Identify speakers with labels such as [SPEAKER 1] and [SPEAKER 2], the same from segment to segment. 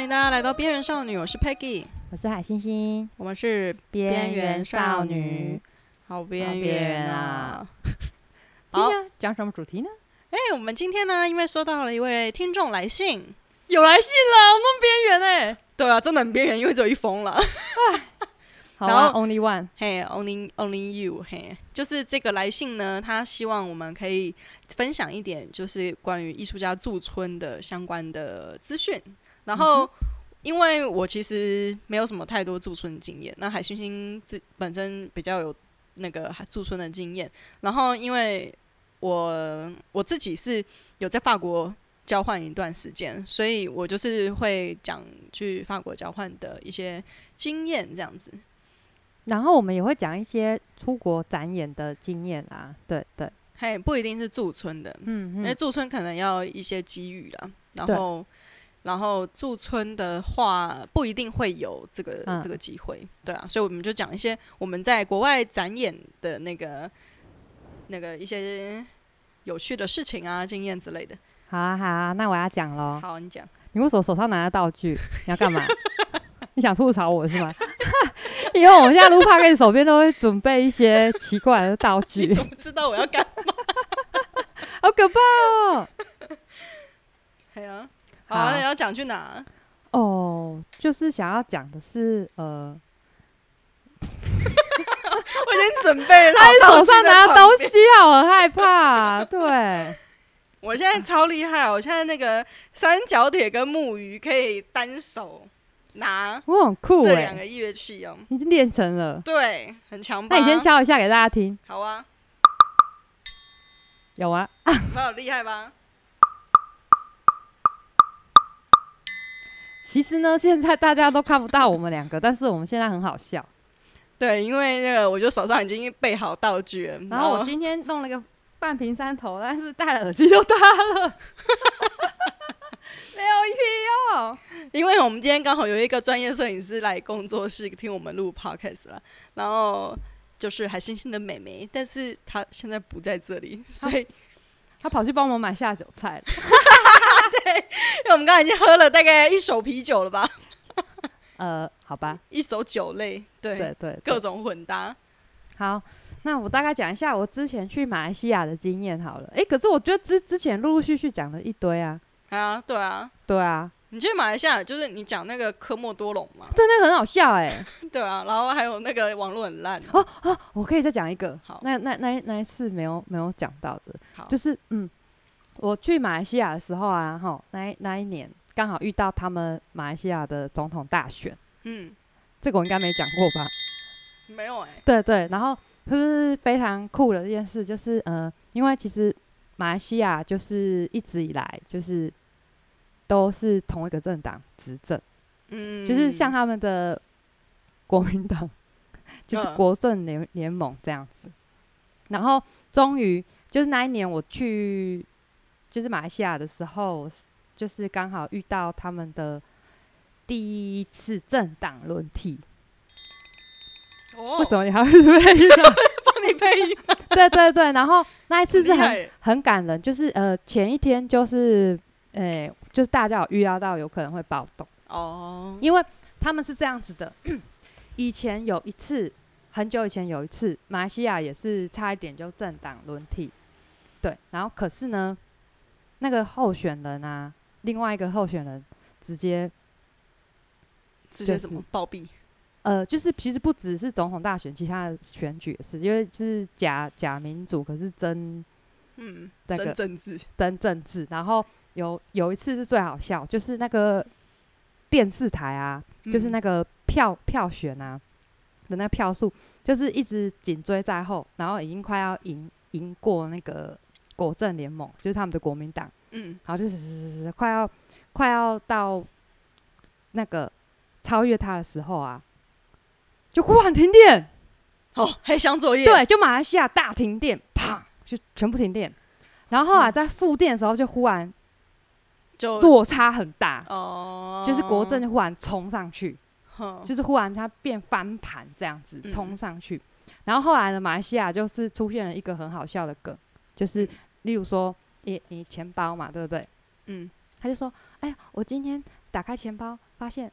[SPEAKER 1] 迎大家来到边缘少女，我是 Peggy，
[SPEAKER 2] 我是海星星，
[SPEAKER 1] 我们是边缘少女，好边缘啊！
[SPEAKER 2] 今天讲什么主题呢？
[SPEAKER 1] 我们今天呢，因为收到了一位听众来信，
[SPEAKER 2] 有来信了，我们边缘
[SPEAKER 1] 对啊，真的很边缘，因为只有一封了。
[SPEAKER 2] 好啊 ，Only One，
[SPEAKER 1] 嘿、only you， 嘿，就是这个来信呢，他希望我们可以分享一点，就是关于艺术家驻村的相关的资讯。然后，因为我其实没有什么太多驻村经验，那海星星本身比较有那个驻村的经验。然后，因为我自己是有在法国交换一段时间，所以我就是会讲去法国交换的一些经验这样子。
[SPEAKER 2] 然后我们也会讲一些出国展演的经验啊，对对，
[SPEAKER 1] 嘿，不一定是驻村的，因为驻村可能要一些机遇啦，然后驻村的话不一定会有这个机会，对啊，所以我们就讲一些我们在国外展演的那个一些有趣的事情啊、经验之类的。
[SPEAKER 2] 好啊好啊，那我要讲咯。
[SPEAKER 1] 好，你讲。
[SPEAKER 2] 你为什么手上拿着道具？你要干嘛？你想吐槽我是吗？以后我们现在录 podcast 手边都会准备一些奇怪的道具。
[SPEAKER 1] 你怎么知道我要干嘛？
[SPEAKER 2] 好可怕哦！
[SPEAKER 1] 对啊，好啊，你要讲去哪？
[SPEAKER 2] 哦，就是想要讲的是
[SPEAKER 1] 我已经准备了，
[SPEAKER 2] 他手上拿的东西，我很害怕。对，
[SPEAKER 1] 我现在超厉害，我现在那个三角铁跟木鱼可以单手拿，
[SPEAKER 2] 我很酷
[SPEAKER 1] 这两个乐器哦，
[SPEAKER 2] 已经练成了，
[SPEAKER 1] 对，很强吧？
[SPEAKER 2] 那你先敲一下给大家听。
[SPEAKER 1] 好啊，
[SPEAKER 2] 有啊，
[SPEAKER 1] 蛮有厉害吧？
[SPEAKER 2] 其实呢，现在大家都看不到我们两个，但是我们现在很好笑。
[SPEAKER 1] 对，因为那个我就手上已经备好道具了，
[SPEAKER 2] 然后我今天弄了个半屏山头，但是戴了耳机就塌了。没有必要，
[SPEAKER 1] 因为我们今天刚好有一个专业摄影师来工作室听我们录 podcast 了，然后就是海星星的妹妹，但是她现在不在这里，所以
[SPEAKER 2] 她跑去帮我买下酒菜了。
[SPEAKER 1] 对，因为我们刚才已经喝了大概一手啤酒了吧？
[SPEAKER 2] 好吧，
[SPEAKER 1] 一手酒类，对
[SPEAKER 2] 对对，
[SPEAKER 1] 各种混搭。
[SPEAKER 2] 好，那我大概讲一下我之前去马来西亚的经验好了。可是我觉得之前陆陆续续讲了一堆啊。
[SPEAKER 1] 对啊，
[SPEAKER 2] 对啊。
[SPEAKER 1] 你去马来西亚就是你讲那个科莫多龙嘛？
[SPEAKER 2] 对，那个很好笑对
[SPEAKER 1] 啊，然后还有那个网络很烂。
[SPEAKER 2] 我可以再讲一个。
[SPEAKER 1] 好，
[SPEAKER 2] 那一次没有讲到的，
[SPEAKER 1] 好，
[SPEAKER 2] 就是我去马来西亚的时候啊，那一年刚好遇到他们马来西亚的总统大选。这个我应该没讲过吧？
[SPEAKER 1] 没有
[SPEAKER 2] 对对，然后就是非常酷的一件事，就是因为其实马来西亚就是一直以来就是都是同一个政党执政，就是像他们的国民党，就是国政联盟这样子。然后终于就是那一年我去就是马来西亚的时候，就是刚好遇到他们的第一次政党轮替。为什么你还会配音？
[SPEAKER 1] 帮你配音。
[SPEAKER 2] 对对对，然后那一次是很感人，就是前一天就是就是大家有预料到有可能会暴动因为他们是这样子的，以前有一次很久以前有一次，马来西亚也是差一点就政党轮替，对，然后可是呢，那个候选人啊，另外一个候选人直接
[SPEAKER 1] 什么暴毙？
[SPEAKER 2] 就是其实不只是总统大选，其他的选举也是，因为是假民主，可是真政治。然后有一次是最好笑，就是那个电视台啊，就是那个票选啊的那个票数，就是一直紧追在后，然后已经快要赢过那个国政联盟，就是他们的国民党。然后就是快要到那个超越他的时候啊。就忽然停电，
[SPEAKER 1] 黑箱作业。
[SPEAKER 2] 对，就马来西亚大停电，砰，就全部停电。然后后来在复电的时候，就忽然就落差很大，就是国政就忽然冲上去，就是忽然它变翻盘这样子冲上去。然后后来呢，马来西亚就是出现了一个很好笑的梗，就是例如说你钱包嘛，对不对？ 他就说：“哎呀，我今天打开钱包，发现，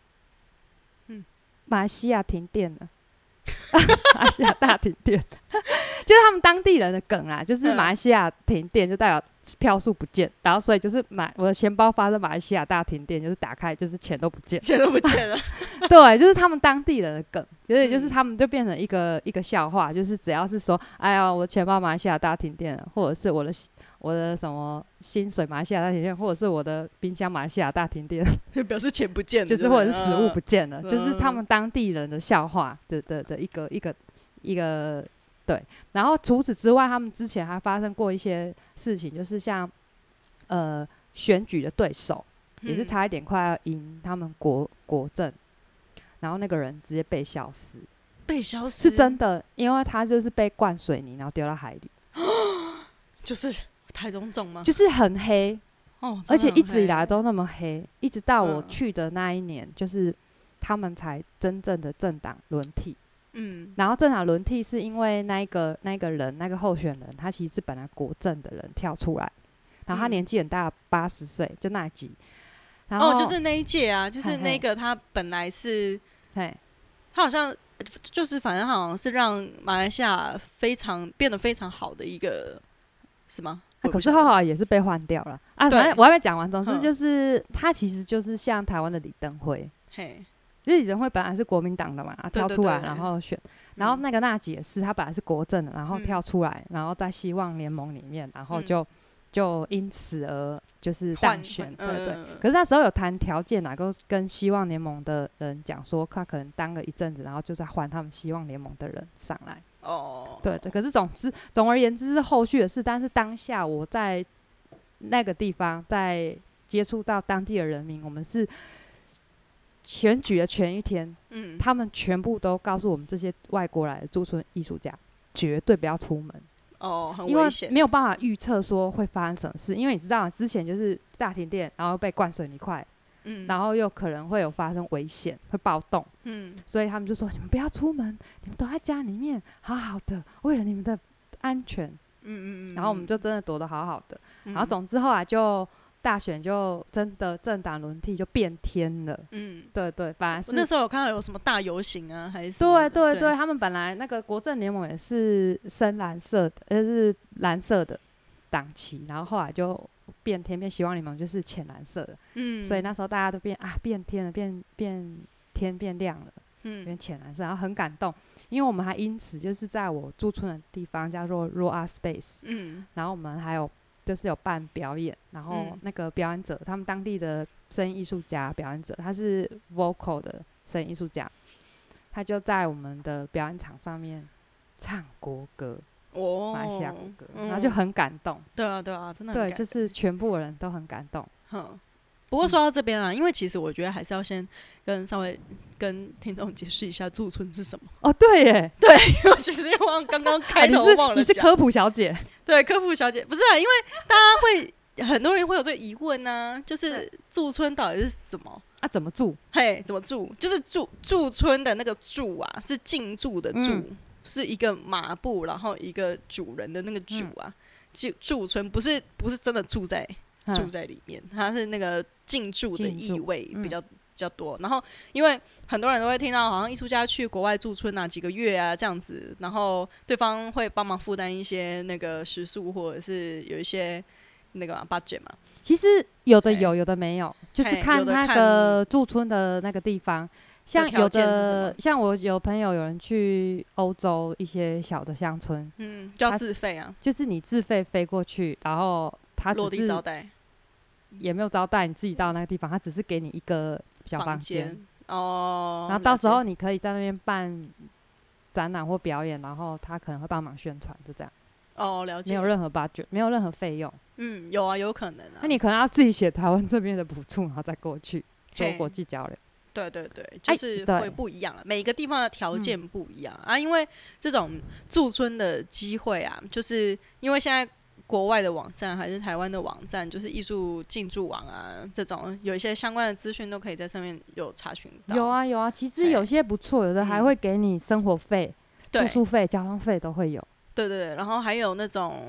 [SPEAKER 2] 马来西亚停电了。”马来西亚大停电，就是他们当地人的梗啦，就是马来西亚停电就代表票数不见，然后所以就是我的钱包发生马来西亚大停电，就是打开就是钱都不见，
[SPEAKER 1] 钱都不见了。
[SPEAKER 2] 对，就是他们当地人的梗，就是他们就变成一个笑话，就是只要是说，哎呀，我的钱包马来西亚大停电了，或者是我的什么薪水马来西亚大停电，或者是我的冰箱马来西亚大停电，
[SPEAKER 1] 就表示钱不见了，
[SPEAKER 2] 就是或者是食物不见了，就是他们当地人的笑话的一个对。然后除此之外，他们之前还发生过一些事情，就是像选举的对手也是差一点快要赢他们国政，然后那个人直接被消失，是真的，因为他就是被灌水泥，然后丢到海里，
[SPEAKER 1] 就是台中种吗？
[SPEAKER 2] 就是很黑，而且一直以来都那么黑，一直到我去的那一年，就是他们才真正的政党轮替。然后政党轮替是因为那个人那个候选人，他其实是本来国政的人跳出来，然后他年纪很大，80岁，就那一集。然后
[SPEAKER 1] 就是那一届啊，就是那个他本来是，他好像就是反正好像是让马来西亚变得非常好的一个，是吗？
[SPEAKER 2] 可是后来也是被换掉了啊。反正我还没讲完，总之就是他其实就是像台湾的李登辉，因为李登辉本来是国民党的嘛，跳出来然后选，然后那个纳吉也是，他本来是国政的，然后跳出来，然后在希望联盟里面，然后就因此而就是当选，对。可是那时候有谈条件啊，跟希望联盟的人讲说，他可能当了一阵子，然后就再换他们希望联盟的人上来。对。可是总而言之是后续的事，但是当下我在那个地方，在接触到当地的人民，我们是选举的前一天，他们全部都告诉我们这些外国来的驻村艺术家，绝对不要出门。
[SPEAKER 1] 很危险，
[SPEAKER 2] 因为没有办法预测说会发生什么事，因为你知道之前就是大停电，然后被灌水泥块，然后又可能会有发生危险，会暴动，所以他们就说你们不要出门，你们都在家里面好好的，为了你们的安全，然后我们就真的躲得好好的，然后总之后来就大选就真的政党轮替就变天了，对，反而是
[SPEAKER 1] 那时候有看到有什么大游行啊，还是什么
[SPEAKER 2] 对，他们本来那个国政联盟也是深蓝色的，就是蓝色的党旗，然后后来就变天，变希望联盟就是浅蓝色的，所以那时候大家都变天了，变天变亮了，变浅蓝色，然后很感动，因为我们还因此就是在我驻村的地方叫做 Raw Art Space，然后我们还有就是有办表演，然后那个表演者，他们当地的声音艺术家表演者，他是 vocal 的声音艺术家，他就在我们的表演场上面唱国歌，马来西亚国歌，然后就很感动。
[SPEAKER 1] 对啊，真的很感动。
[SPEAKER 2] 对，就是全部人都很感动。
[SPEAKER 1] 不过说到这边啊，因为其实我觉得还是要先稍微跟听众解释一下驻村是什么。
[SPEAKER 2] 对耶，
[SPEAKER 1] 对，因为我其实刚刚开头忘了
[SPEAKER 2] 你是科普小姐，
[SPEAKER 1] 对，科普小姐不是啊，因为大家很多人会有这个疑问啊，就是驻村到底是什么
[SPEAKER 2] 啊？怎么住？
[SPEAKER 1] 怎么住？就是驻村的那个住啊，是进驻的驻，是一个马步，然后一个主人的那个主啊，驻村不是真的住在里面，它是那个进驻的意味比较多。然后因为很多人都会听到好像艺术家去国外驻村啊几个月啊这样子，然后对方会帮忙负担一些那个食宿或者是有一些那个budget 嘛。
[SPEAKER 2] 其实有的有的没有，就是看那个驻村的那个地方。像像我有朋友有人去欧洲一些小的乡村，
[SPEAKER 1] 就要自费啊，
[SPEAKER 2] 就是你自费飞过去，然后他只是
[SPEAKER 1] 落地招待，
[SPEAKER 2] 也没有招待，你自己到那个地方，他只是给你一个小房间然后到时候你可以在那边办展览或表演，然后他可能会帮忙宣传，就这样。
[SPEAKER 1] 了解。
[SPEAKER 2] 没有任何 budget， 没有任何费用。
[SPEAKER 1] 有啊，有可能啊。
[SPEAKER 2] 那你可能要自己写台湾这边的补助，然后再过去做国际交流。
[SPEAKER 1] 对，就是会不一样了，每个地方的条件不一样啊。因为这种驻村的机会啊，就是因为现在国外的网站还是台湾的网站，就是艺术进驻网啊，这种有一些相关的资讯都可以在上面有查询到。
[SPEAKER 2] 有啊，其实有些不错，有的还会给你生活费、住宿费、交通费都会有。
[SPEAKER 1] 对，然后还有那种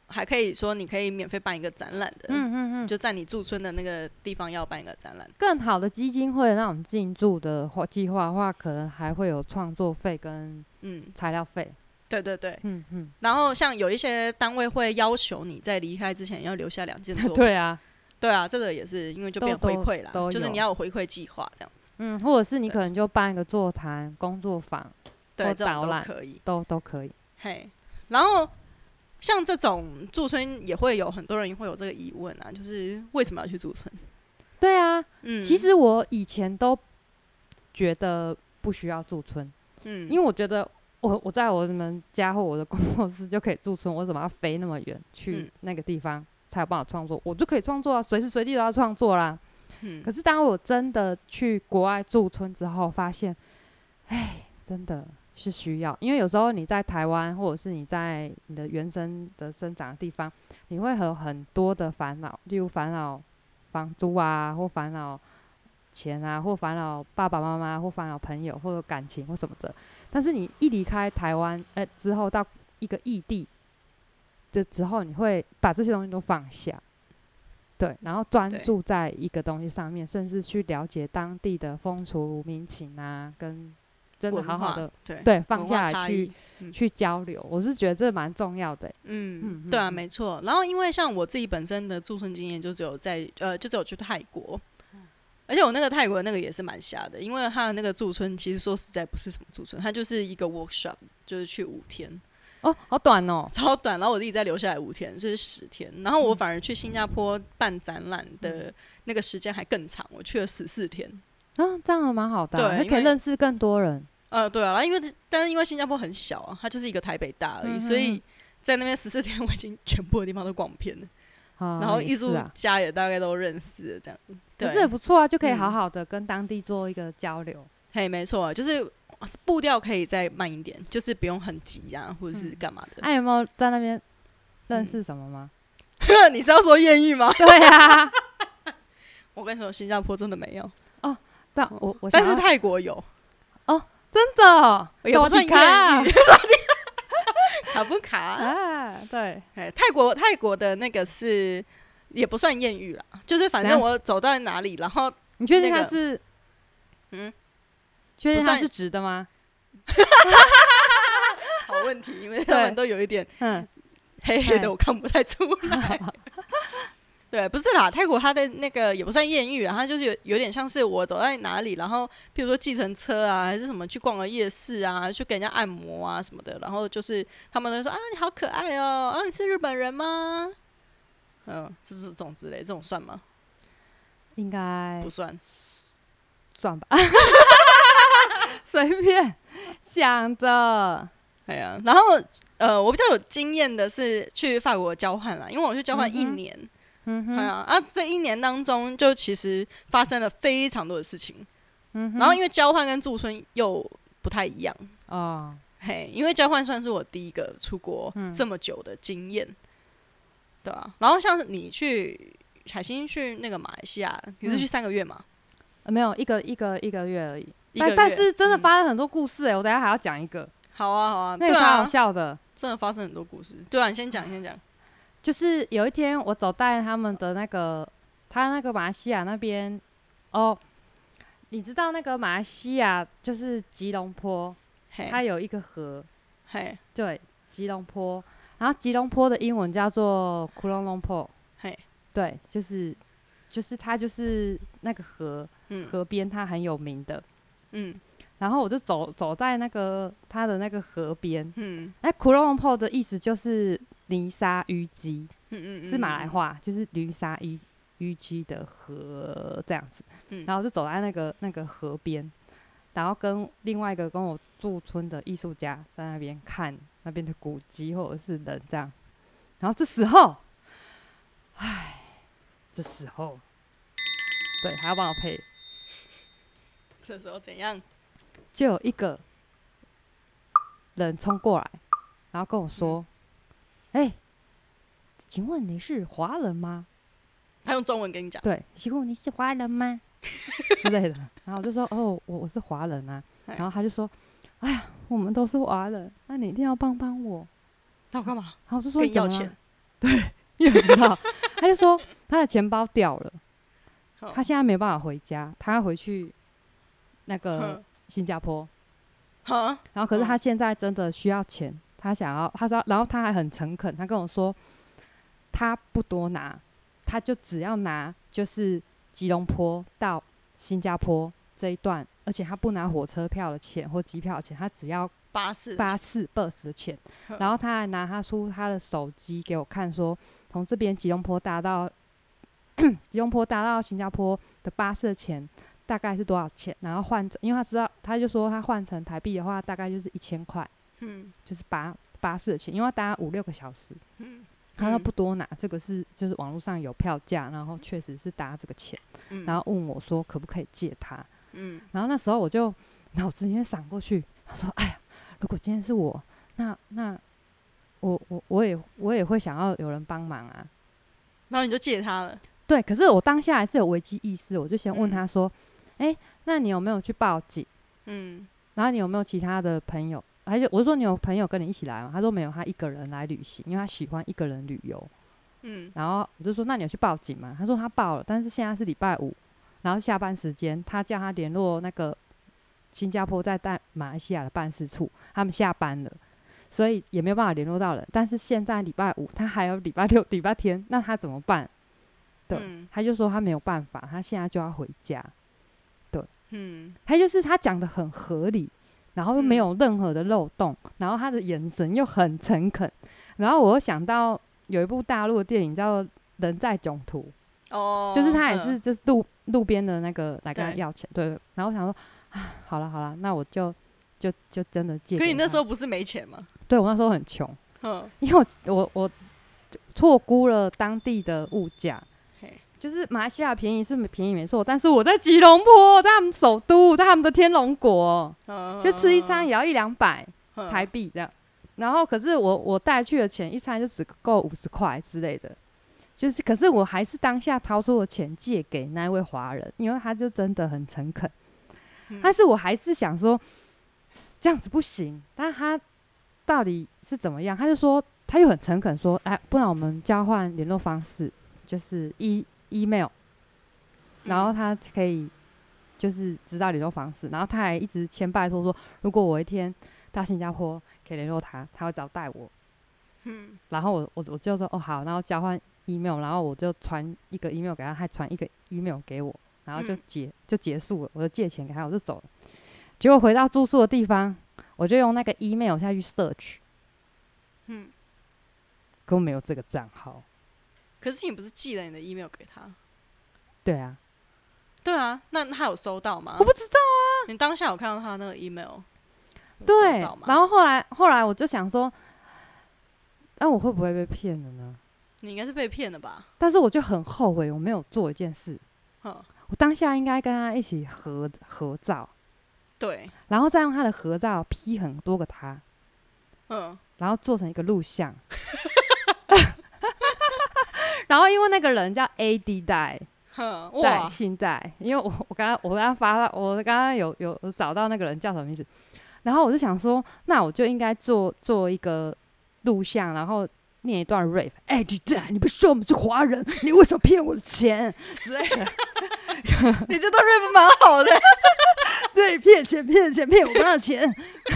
[SPEAKER 1] 还可以说你可以免费办一个展览的，就在你驻村的那个地方要办一个展览。
[SPEAKER 2] 更好的基金会那种进驻的计划的话，可能还会有创作费跟材料费。
[SPEAKER 1] 对对对，然后像有一些单位会要求你在离开之前要留下2件作品。
[SPEAKER 2] 对啊，
[SPEAKER 1] 对啊，这个也是因为就变回馈啦，就是你要有回馈计划这样子。
[SPEAKER 2] 或者是你可能就办一个座谈、工作坊，
[SPEAKER 1] 对，这种都可以，
[SPEAKER 2] 都可以。
[SPEAKER 1] 嘿，然后像这种驻村也会有很多人会有这个疑问啊，就是为什么要去驻村？
[SPEAKER 2] 对啊，其实我以前都觉得不需要驻村，因为我觉得我在我们家或我的工作室就可以驻村，我为什么要飞那么远去那个地方才有办法创作？我就可以创作啊，随时随地都要创作啦。可是当我真的去国外驻村之后，发现，真的是需要，因为有时候你在台湾，或者是你在你的原生的生长的地方，你会有很多的烦恼，例如烦恼房租啊，或烦恼钱啊，或烦恼爸爸妈妈，或烦恼朋友，或者感情或什么的。但是你一离开台湾，之后到一个异地的之后，你会把这些东西都放下，对，然后专注在一个东西上面，甚至去了解当地的风俗民情啊，跟真的好好的对放下来去交流，我是觉得这蛮重要的。
[SPEAKER 1] 对啊，没错。然后因为像我自己本身的驻村经验，就只有去泰国。而且我那个泰国那个也是蛮瞎的，因为他的那个驻村其实说实在不是什么驻村，他就是一个 workshop， 就是去5天。
[SPEAKER 2] 哦，好短哦，
[SPEAKER 1] 超短。然后我自己再留下来5天，就是10天。然后我反而去新加坡办展览的那个时间还更长，我去了14天。
[SPEAKER 2] 这样蛮好的，对，可以认识更多人。
[SPEAKER 1] 对啊，但是因为新加坡很小啊，它就是一个台北大而已，所以在那边14天，我已经全部的地方都逛遍了。然后艺术家也大概都认识了，这样
[SPEAKER 2] 可是也不错啊，就可以好好的跟当地做一个交流。
[SPEAKER 1] 没错，就是步调可以再慢一点，就是不用很急啊，或者是干嘛的。
[SPEAKER 2] 有没有在那边认识什么吗？
[SPEAKER 1] 你是要说艳遇吗？
[SPEAKER 2] 对啊，
[SPEAKER 1] 我跟你说，新加坡真的没有
[SPEAKER 2] 哦，
[SPEAKER 1] 但是泰国有
[SPEAKER 2] 哦，真的
[SPEAKER 1] 也不算艳遇。卡不卡
[SPEAKER 2] 啊？对，
[SPEAKER 1] 泰国的那个是也不算艳遇啦，就是反正我走到哪里，然后
[SPEAKER 2] 你确定它是确定它是直的吗？
[SPEAKER 1] 好问题，因为他们都有一点黑黑的，我看不太出来。对，不是啦，泰国它的那个也不算艳遇啊，它就是有点像是我走在哪里，然后譬如说计程车啊，还是什么去逛个夜市啊，去给人家按摩啊什么的，然后就是他们都说啊你好可爱哦，你是日本人吗？这种之类，这种算吗？
[SPEAKER 2] 应该
[SPEAKER 1] 不算，
[SPEAKER 2] 算吧，随便想的。
[SPEAKER 1] 然后我比较有经验的是去法国交换啦，因为我去交换1年。这1年当中，就其实发生了非常多的事情。然后因为交换跟驻村又不太一样因为交换算是我第一个出国这么久的经验，对啊。然后像你去海星去那个马来西亚，你是去3个月吗？
[SPEAKER 2] 没有，一个月而已。但是真的发生很多故事我等一下还要讲一个。
[SPEAKER 1] 好啊，
[SPEAKER 2] 那个超好笑的，
[SPEAKER 1] 真的发生很多故事。对啊，你先讲。
[SPEAKER 2] 就是有一天我走在他们的他那个马来西亚那边你知道那个马来西亚就是吉隆坡，它有一个河，对，吉隆坡，然后吉隆坡的英文叫做 Kuala Lumpur，对，就是它就是那个河边，它很有名的，然后我就走在它的那个河边，Kuala Lumpur 的意思就是泥沙淤积，是马来话，就是泥沙淤积的河这样子。然后我就走在那个河边，然后跟另外一个跟我驻村的艺术家在那边看那边的古迹或者是人这样。然后这时候，对，还要帮我配。
[SPEAKER 1] 这时候怎样？
[SPEAKER 2] 就有一个人冲过来，然后跟我说：“请问你是华人吗？”
[SPEAKER 1] 他用中文跟你讲。
[SPEAKER 2] 对，请问你是华人吗？之类的。然后我就说：“我是华人啊。”然后他就说：“哎呀，我们都是华人，那你一定要帮帮我。”
[SPEAKER 1] 那我干嘛？
[SPEAKER 2] 然后我就说：“
[SPEAKER 1] 跟你要钱？”
[SPEAKER 2] 对，你也不知道，他就说他的钱包掉了，他现在没有办法回家，他要回去那个新加坡，然后可是他现在真的需要钱，他说，然后他还很诚恳，他跟我说他不多拿，他就只要拿就是吉隆坡到新加坡这一段，而且他不拿火车票的钱或机票的钱，他只要巴士 bus 的钱。然后他还拿出他的手机给我看，说从这边吉隆坡搭到新加坡的巴士的钱大概是多少钱，然后因为他知道，他就说他换成台币的话大概就是1000块，就是巴士的钱，因为要搭5-6个小时，他说不多拿，这个就是网络上有票价，然后确实是搭这个钱，然后问我说可不可以借他，然后那时候我就脑子里面闪过去，他说哎呀，如果今天是我，那我也会想要有人帮忙啊，
[SPEAKER 1] 然后你就借他了。
[SPEAKER 2] 对，可是我当下还是有危机意识，我就先问他说那你有没有去报警？然后你有没有其他的朋友？我就说你有朋友跟你一起来吗？他说没有，他一个人来旅行，因为他喜欢一个人旅游。然后我就说那你有去报警吗？他说他报了，但是现在是礼拜五，然后下班时间，他叫他联络那个新加坡在马来西亚的办事处，他们下班了，所以也没有办法联络到人。但是现在礼拜五，他还有礼拜六、礼拜天，那他怎么办？对，他就说他没有办法，他现在就要回家。对，他讲的很合理，然后又没有任何的漏洞，然后他的眼神又很诚恳，然后我又想到有一部大陆的电影叫《人在囧途》，就是他也是就是路边的那个来跟他要钱，对，然后我想说，好了，那我就真的借给他。可
[SPEAKER 1] 你那时候不是没钱吗？
[SPEAKER 2] 对，我那时候很穷，因为我错估了当地的物价。就是马来西亚便宜是便宜没错，但是我在吉隆坡，在他们首都，在他们的天龙国，就吃一餐也要100-200台币这样。然后可是我带去的钱一餐就只够50块之类的，就是可是我还是当下掏出了钱借给那位华人，因为他就真的很诚恳。但是我还是想说这样子不行，但他到底是怎么样？他就说他又很诚恳说，不然我们交换联络方式，就是email， 然后他可以就是知道联络方式，然后他还一直千拜托说，如果我一天到新加坡可以联络他，他会招待我。然后我就说好，然后交换 email， 然后我就传一个 email 给他，他传一个 email 给我，然后就结束了，我就借钱给他，我就走了。结果回到住宿的地方，我就用那个 email 下去 search， 根本没有这个账号。
[SPEAKER 1] 可是你不是寄了你的 email 给他？
[SPEAKER 2] 对啊，
[SPEAKER 1] 那他有收到吗？
[SPEAKER 2] 我不知道啊。
[SPEAKER 1] 你当下有看到他那个 email？
[SPEAKER 2] 对，然后后来我就想说，那我会不会被骗了呢？
[SPEAKER 1] 你应该是被骗了吧？
[SPEAKER 2] 但是我就很后悔我没有做一件事，我当下应该跟他一起合照，对，然后再用他的合照 P 很多个他，然后做成一个录像。然后因为那个人叫 AD 代信代，因为我刚刚有找到那个人叫什么名字，然后我就想说，那我就应该做一个录像，然后念一段 rap， AD 代，你不说我们是华人，你为什么骗我的钱之类的。
[SPEAKER 1] 你这段 rap 蛮好的。
[SPEAKER 2] 对，骗我们的钱。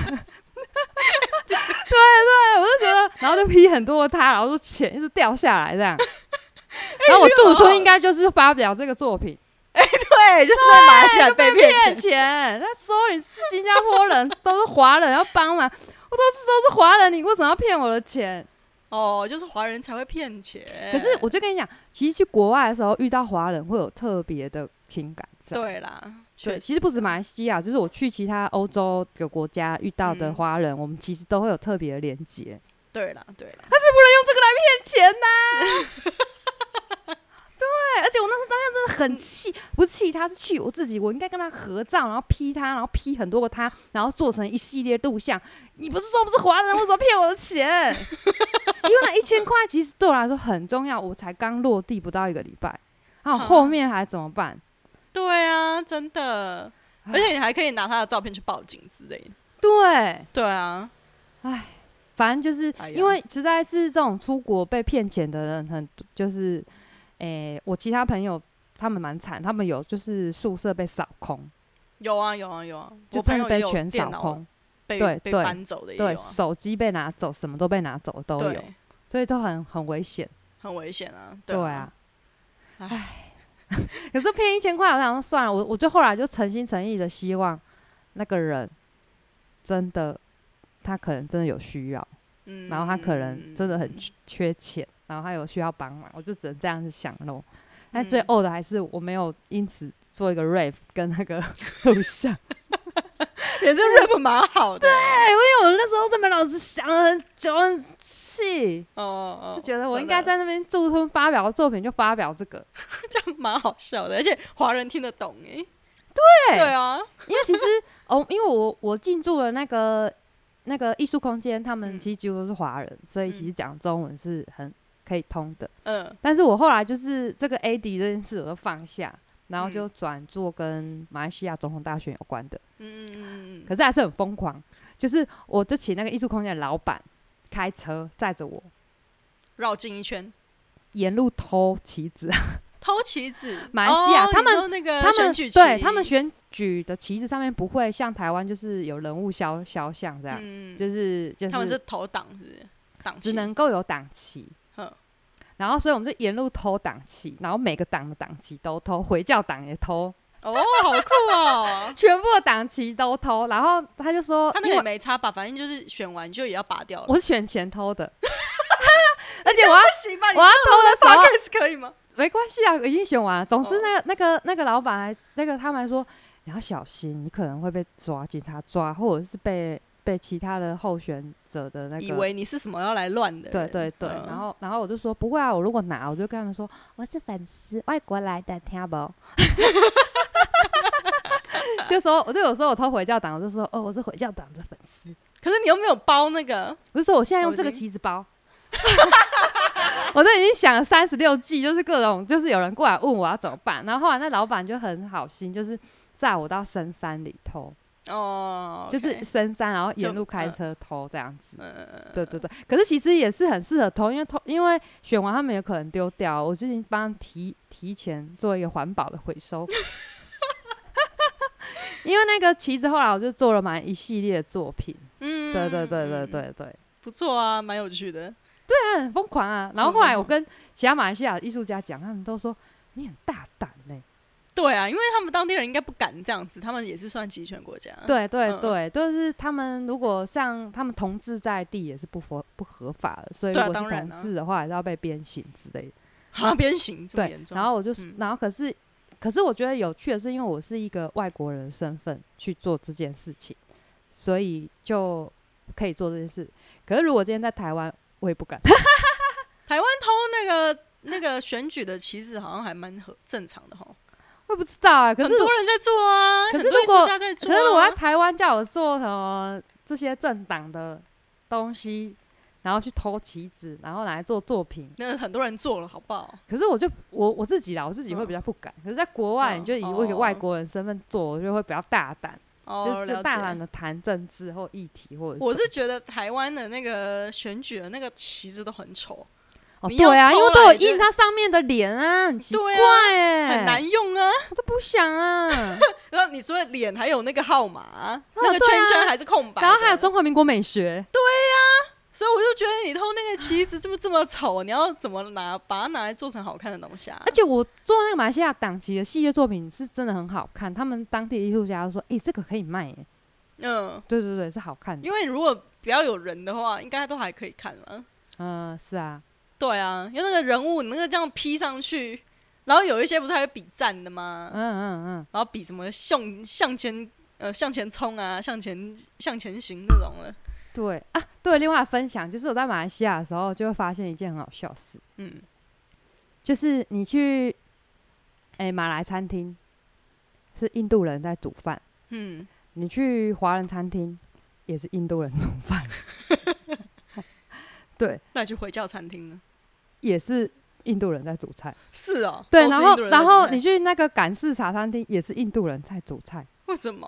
[SPEAKER 2] 对，我就觉得，然后就批很多他，然后说钱一直掉下来这样。然后我驻村应该就是发表这个作品。
[SPEAKER 1] 对，就是在马来西亚被骗
[SPEAKER 2] 钱。他说你是新加坡人，都是华人要帮忙，我都是华人，你为什么要骗我的钱？
[SPEAKER 1] 就是华人才会骗钱。
[SPEAKER 2] 可是我就跟你讲，其实去国外的时候遇到华人会有特别的情感。对
[SPEAKER 1] 啦，
[SPEAKER 2] 对，其实不止马来西亚，就是我去其他欧洲的国家遇到的华人，我们其实都会有特别的连结。
[SPEAKER 1] 对啦，他是不
[SPEAKER 2] 能用这个来骗钱呐。对，而且我那时候当下真的很气，不是气他，是气我自己。我应该跟他合照，然后 P 他，然后 P 很多个他，然后做成一系列录像。你不是说我们是华人，为什么骗我的钱？因为那1000块其实对我来说很重要，我才刚落地不到1个礼拜，然后后面还怎么办？
[SPEAKER 1] 对啊，真的，而且你还可以拿他的照片去报警之类的。
[SPEAKER 2] 对
[SPEAKER 1] 啊，
[SPEAKER 2] 反正就是因为实在是这种出国被骗钱的人很就是，我其他朋友他们蛮惨，他们有就是宿舍被扫空，
[SPEAKER 1] 有啊，
[SPEAKER 2] 就真的被全扫空，
[SPEAKER 1] 被搬走的也有、啊，
[SPEAKER 2] 对，手机被拿走，什么都被拿走都有，所以都很危险，
[SPEAKER 1] 很危险啊，
[SPEAKER 2] 对啊，唉，可是骗1000块，我想说算了，我就后来就诚心诚意的希望那个人真的。他可能真的有需要，然后他可能真的很缺钱，然后他有需要帮忙，我就只能这样子想咯。但最呕的还是我没有因此做一个 rap 跟那个录像，
[SPEAKER 1] 也是 rap 蛮好的。
[SPEAKER 2] 对，因为我那时候这边老师想了很久，很气，就觉得我应该在那边驻村发表作品就发表这个，
[SPEAKER 1] 这样蛮好笑的，而且华人听得懂哎。对啊，
[SPEAKER 2] 因为其实因为我进驻了那个艺术空间，他们其实几乎都是华人，所以其实讲中文是很可以通的。但是我后来就是这个 AD 这件事我都放下，然后就转做跟马来西亚总统大选有关的。可是还是很疯狂，就是我就请那个艺术空间的老板开车载着我
[SPEAKER 1] 绕境一圈，
[SPEAKER 2] 沿路偷旗子。
[SPEAKER 1] 偷旗子，
[SPEAKER 2] 马来西亚、他们
[SPEAKER 1] 那个选举旗，
[SPEAKER 2] 对他们选举的旗子上面不会像台湾就是有人物肖像这样，就是
[SPEAKER 1] 他们是投党是不是？党旗
[SPEAKER 2] 只能够有党旗，然后所以我们就沿路偷党旗，然后每个党的党旗都偷，回教党也偷，
[SPEAKER 1] 好酷哦！
[SPEAKER 2] 全部的党旗都偷，然后他就说，
[SPEAKER 1] 他那个也没差吧，反正就是选完就也要拔掉了。
[SPEAKER 2] 我是选前偷的，而且我要偷
[SPEAKER 1] 的时候可以吗？
[SPEAKER 2] 没关系啊，已经选完了。总之那个老板他们还说你要小心，你可能会被抓，警察抓，或者是被其他的候选者的那个
[SPEAKER 1] 以为你是什么要来乱的人。
[SPEAKER 2] 对，然后我就说不会啊，我如果拿，我就跟他们说我是粉丝，外国来的，听不？就说我就有时候我偷回教党，我就说我是回教党的粉丝。
[SPEAKER 1] 可是你又没有包那个，
[SPEAKER 2] 我就说我现在用这个旗子包。我都已经想了36计，就是各种，就是有人过来问我要怎么办，然后后来那老板就很好心，就是载我到深山里偷，就是深山，然后沿路开车偷这样子，对，可是其实也是很适合偷，因为选完他们有可能丢掉，我最近帮提前做一个环保的回收，因为那个旗子后来我就做了一系列的作品，对，
[SPEAKER 1] 不错啊，蛮有趣的。
[SPEAKER 2] 对啊，很疯狂啊！然后后来我跟其他马来西亚的艺术家讲，他们都说你很大胆嘞。
[SPEAKER 1] 对啊，因为他们当地人应该不敢这样子，他们也是算集权国家。
[SPEAKER 2] 对，就是他们如果像他们同志在地也是不合法的，所以如果是同志的话，还是要被鞭刑之类的。
[SPEAKER 1] 鞭刑这么严重？
[SPEAKER 2] 然后我就，然后可是我觉得有趣的是，因为我是一个外国人的身份去做这件事情，所以就可以做这件事。可是如果今天在台湾，我也不敢。
[SPEAKER 1] 台湾偷那个选举的旗子好像还蛮正常的齁。
[SPEAKER 2] 我也不知道啊，可是
[SPEAKER 1] 很多人在做啊，
[SPEAKER 2] 可是
[SPEAKER 1] 很多艺术家在做啊。
[SPEAKER 2] 可是我在台湾叫我做什么这些政党的东西，然后去偷旗子，然后拿来做作品，
[SPEAKER 1] 那很多人做了，好不好？
[SPEAKER 2] 可是我自己会比较不敢。可是在国外，你就以一个外国人身份做，我就会比较大胆。就是大胆的谈政治或议题，或者
[SPEAKER 1] 我是觉得台湾的那个选举的那个旗子都很丑。
[SPEAKER 2] 对啊，因为都有印它上面的脸啊，很奇怪
[SPEAKER 1] 很难用啊，
[SPEAKER 2] 我都不想啊。
[SPEAKER 1] 然后你说脸还有那个号码，那个圈圈还是空白，
[SPEAKER 2] 然后还有中华民国美学。
[SPEAKER 1] 对呀。所以我就觉得你偷那个旗子这么丑，你要怎么把它拿来做成好看的东西啊？而
[SPEAKER 2] 且我做那个马来西亚党旗的系列作品是真的很好看，他们当地的艺术家说：“这个可以卖耶。”对，是好看的。
[SPEAKER 1] 因为如果不要有人的话，应该都还可以看了。
[SPEAKER 2] 是啊，
[SPEAKER 1] 对啊，因为那个人物你那个这样 P 上去，然后有一些不是还会比赞的吗？然后比什么向前冲啊，向前行那种的。
[SPEAKER 2] 对，另外分享就是我在马来西亚的时候，就会发现一件很好笑的事，就是你去马来餐厅是印度人在煮饭，你去华人餐厅也是印度人煮饭，对，
[SPEAKER 1] 那你去回教餐厅呢，
[SPEAKER 2] 也是印度人在煮菜，
[SPEAKER 1] 是哦，
[SPEAKER 2] 对，然后你去那个港式茶餐厅也是印度人在煮菜，
[SPEAKER 1] 为什么？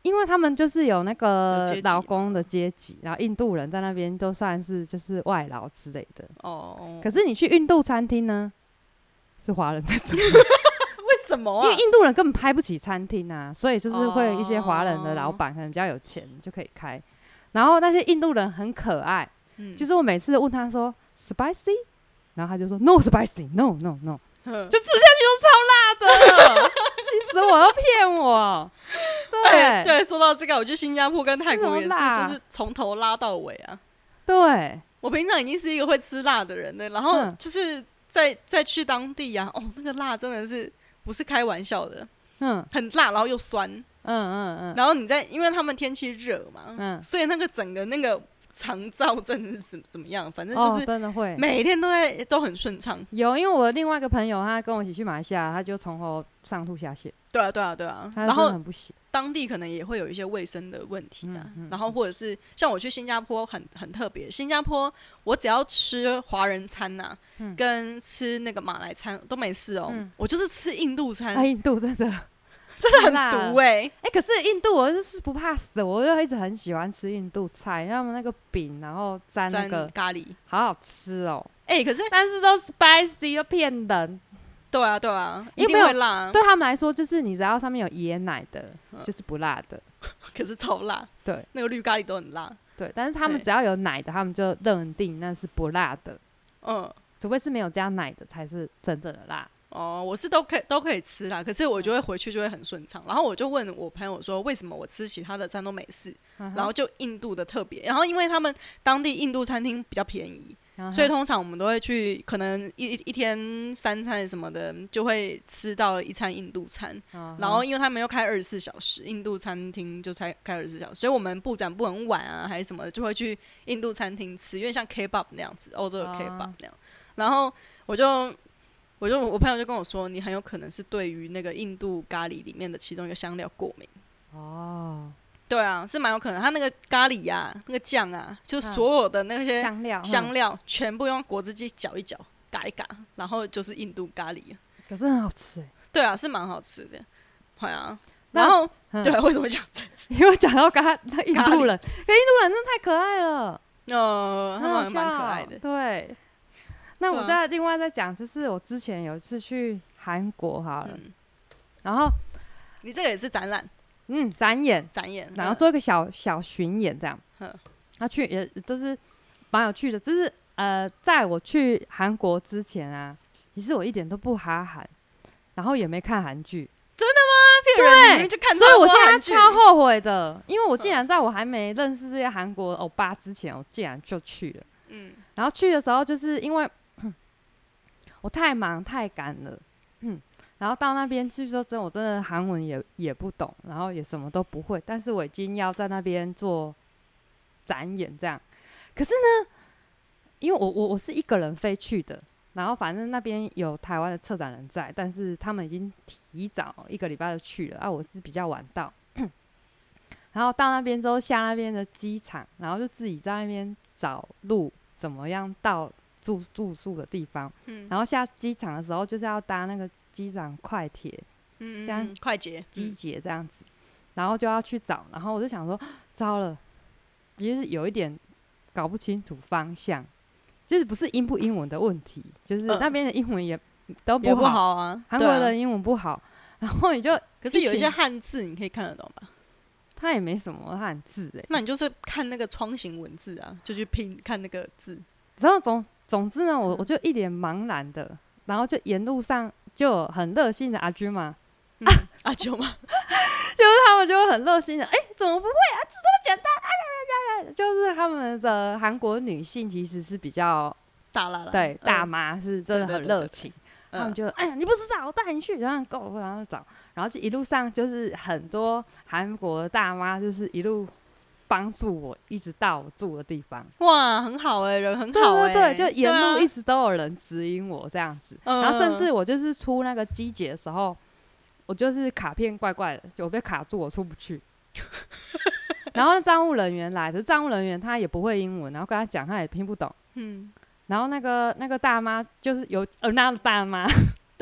[SPEAKER 2] 因为他们就是有那个
[SPEAKER 1] 有
[SPEAKER 2] 劳工的阶级，然后印度人在那边都算是就是外劳之类的。
[SPEAKER 1] 哦，
[SPEAKER 2] 可是你去印度餐厅呢，是华人在做。
[SPEAKER 1] 为什么啊？
[SPEAKER 2] 因为印度人根本开不起餐厅啊，所以就是会有一些华人的老板可能比较有钱就可以开。然后那些印度人很可爱，就是我每次问他说 spicy， 然后他就说 no spicy no no no， 就吃下去都超辣的，气死我，都骗我。对、
[SPEAKER 1] 对，说到这个，我去新加坡跟泰国也是，就是从头拉到尾啊。
[SPEAKER 2] 对，
[SPEAKER 1] 我平常已经是一个会吃辣的人了，然后就是再去当地啊，哦，那个辣真的是不是开玩笑的，很辣，然后又酸，然后因为他们天气热嘛，所以那个整个那个肠燥真的是怎么样，反正就是
[SPEAKER 2] 真的会
[SPEAKER 1] 每天都很顺畅。
[SPEAKER 2] 有，因为我另外一个朋友他跟我一起去马来西亚，他就从头上吐下泻。
[SPEAKER 1] 对啊，
[SPEAKER 2] 然
[SPEAKER 1] 后
[SPEAKER 2] 很不行。
[SPEAKER 1] 当地可能也会有一些卫生的问题啊，然后或者是像我去新加坡很特别，新加坡我只要吃华人餐啊，跟吃那个马来餐都没事哦，我就是吃印度餐，
[SPEAKER 2] 印度真的
[SPEAKER 1] 很毒
[SPEAKER 2] 可是印度我就是不怕死，我就一直很喜欢吃印度菜，他们那个饼然后沾那个
[SPEAKER 1] 咖喱，
[SPEAKER 2] 好好吃哦。
[SPEAKER 1] 可是
[SPEAKER 2] 但是都 spicy 又骗人。
[SPEAKER 1] 对啊，一定会辣。
[SPEAKER 2] 对他们来说，就是你只要上面有椰奶的，就是不辣的。
[SPEAKER 1] 可是超辣，
[SPEAKER 2] 对，
[SPEAKER 1] 那个绿咖喱都很辣。
[SPEAKER 2] 对，但是他们只要有奶的，他们就认定那是不辣的。除非是没有加奶的，才是真正的辣。
[SPEAKER 1] 我是都可以吃啦，可是我就会回去就会很顺畅。然后我就问我朋友说，为什么我吃其他的餐都没事，然后就印度的特别。然后因为他们当地印度餐厅比较便宜。所以通常我们都会去，可能一天3餐什么的，就会吃到一餐印度餐。然后因为他们又开24小时，印度餐厅就才开24小时，所以我们布展不很晚啊，还是什么的，就会去印度餐厅吃，因为像 K-pop 那样子，欧洲的 K-pop 那样。然后我朋友就跟我说，你很有可能是对于那个印度咖喱里面的其中一个香料过敏。对啊，是蛮有可能。他那个咖喱啊，那个酱啊，就所有的那些香料全部用果汁机搅一搅，嘎一嘎，然后就是印度咖喱。
[SPEAKER 2] 可是很好吃
[SPEAKER 1] 对啊，是蛮好吃的。对啊，然后对，为什么讲这？
[SPEAKER 2] 因为讲到印度人，印度人真的太可爱了。
[SPEAKER 1] 他们还蛮可爱的。
[SPEAKER 2] 对。那我另外再讲，就是我之前有一次去韩国好了，然后
[SPEAKER 1] 你这个也是展览。
[SPEAKER 2] 展演，然后做一个小巡演这样。他去也都是蛮有趣的，就是在我去韩国之前啊，其实我一点都不哈韩，然后也没看韩剧。
[SPEAKER 1] 真的吗？骗人！
[SPEAKER 2] 对，所以我现在超后悔的，因为我竟然在我还没认识这些韩国欧巴之前，我竟然就去了。然后去的时候就是因为我太忙太赶了，然后到那边去说真的，我真的韩文也不懂，然后也什么都不会，但是我已经要在那边做展演这样。可是呢，因为我是一个人飞去的，然后反正那边有台湾的策展人在，但是他们已经提早1个礼拜就去了，我是比较晚到。然后到那边之后下那边的机场，然后就自己在那边找路，怎么样到住宿的地方。然后下机场的时候就是要搭那个机场快铁，这样
[SPEAKER 1] 快捷
[SPEAKER 2] 机捷这样子，然后就要去找，然后我就想说，糟了，就是有一点搞不清楚方向，就是不是英不英文的问题，就是那边的英文也都不好
[SPEAKER 1] 啊，
[SPEAKER 2] 韩国的英文不好，然后你就
[SPEAKER 1] 可是有一些汉字你可以看得懂吧？
[SPEAKER 2] 它也没什么汉字
[SPEAKER 1] 那你就是看那个窗形文字啊，就去拼看那个字。
[SPEAKER 2] 然后总之呢，我就一脸茫然的，然后就沿路上就有很热心的阿舅嘛，
[SPEAKER 1] 阿舅嘛，
[SPEAKER 2] 就是他们就很热心的，怎么不会啊？这么简单，就是他们的韩国女性其实是比较
[SPEAKER 1] 大啦啦，
[SPEAKER 2] 对，大妈是真的很热情，他们就你不知道，我带你去，然后找，然后就一路上就是很多韩国的大妈，就是一路帮助我，一直到我住的地方。
[SPEAKER 1] 哇，很好人很好
[SPEAKER 2] 对，就沿路一直都有人指引我这样子，然后甚至我就是出那个机捷的时候，我就是卡片怪怪的，就我被卡住，我出不去。然后站务人员来，可是站务人员他也不会英文，然后跟他讲他也听不懂。然后那个大妈就是有那大妈，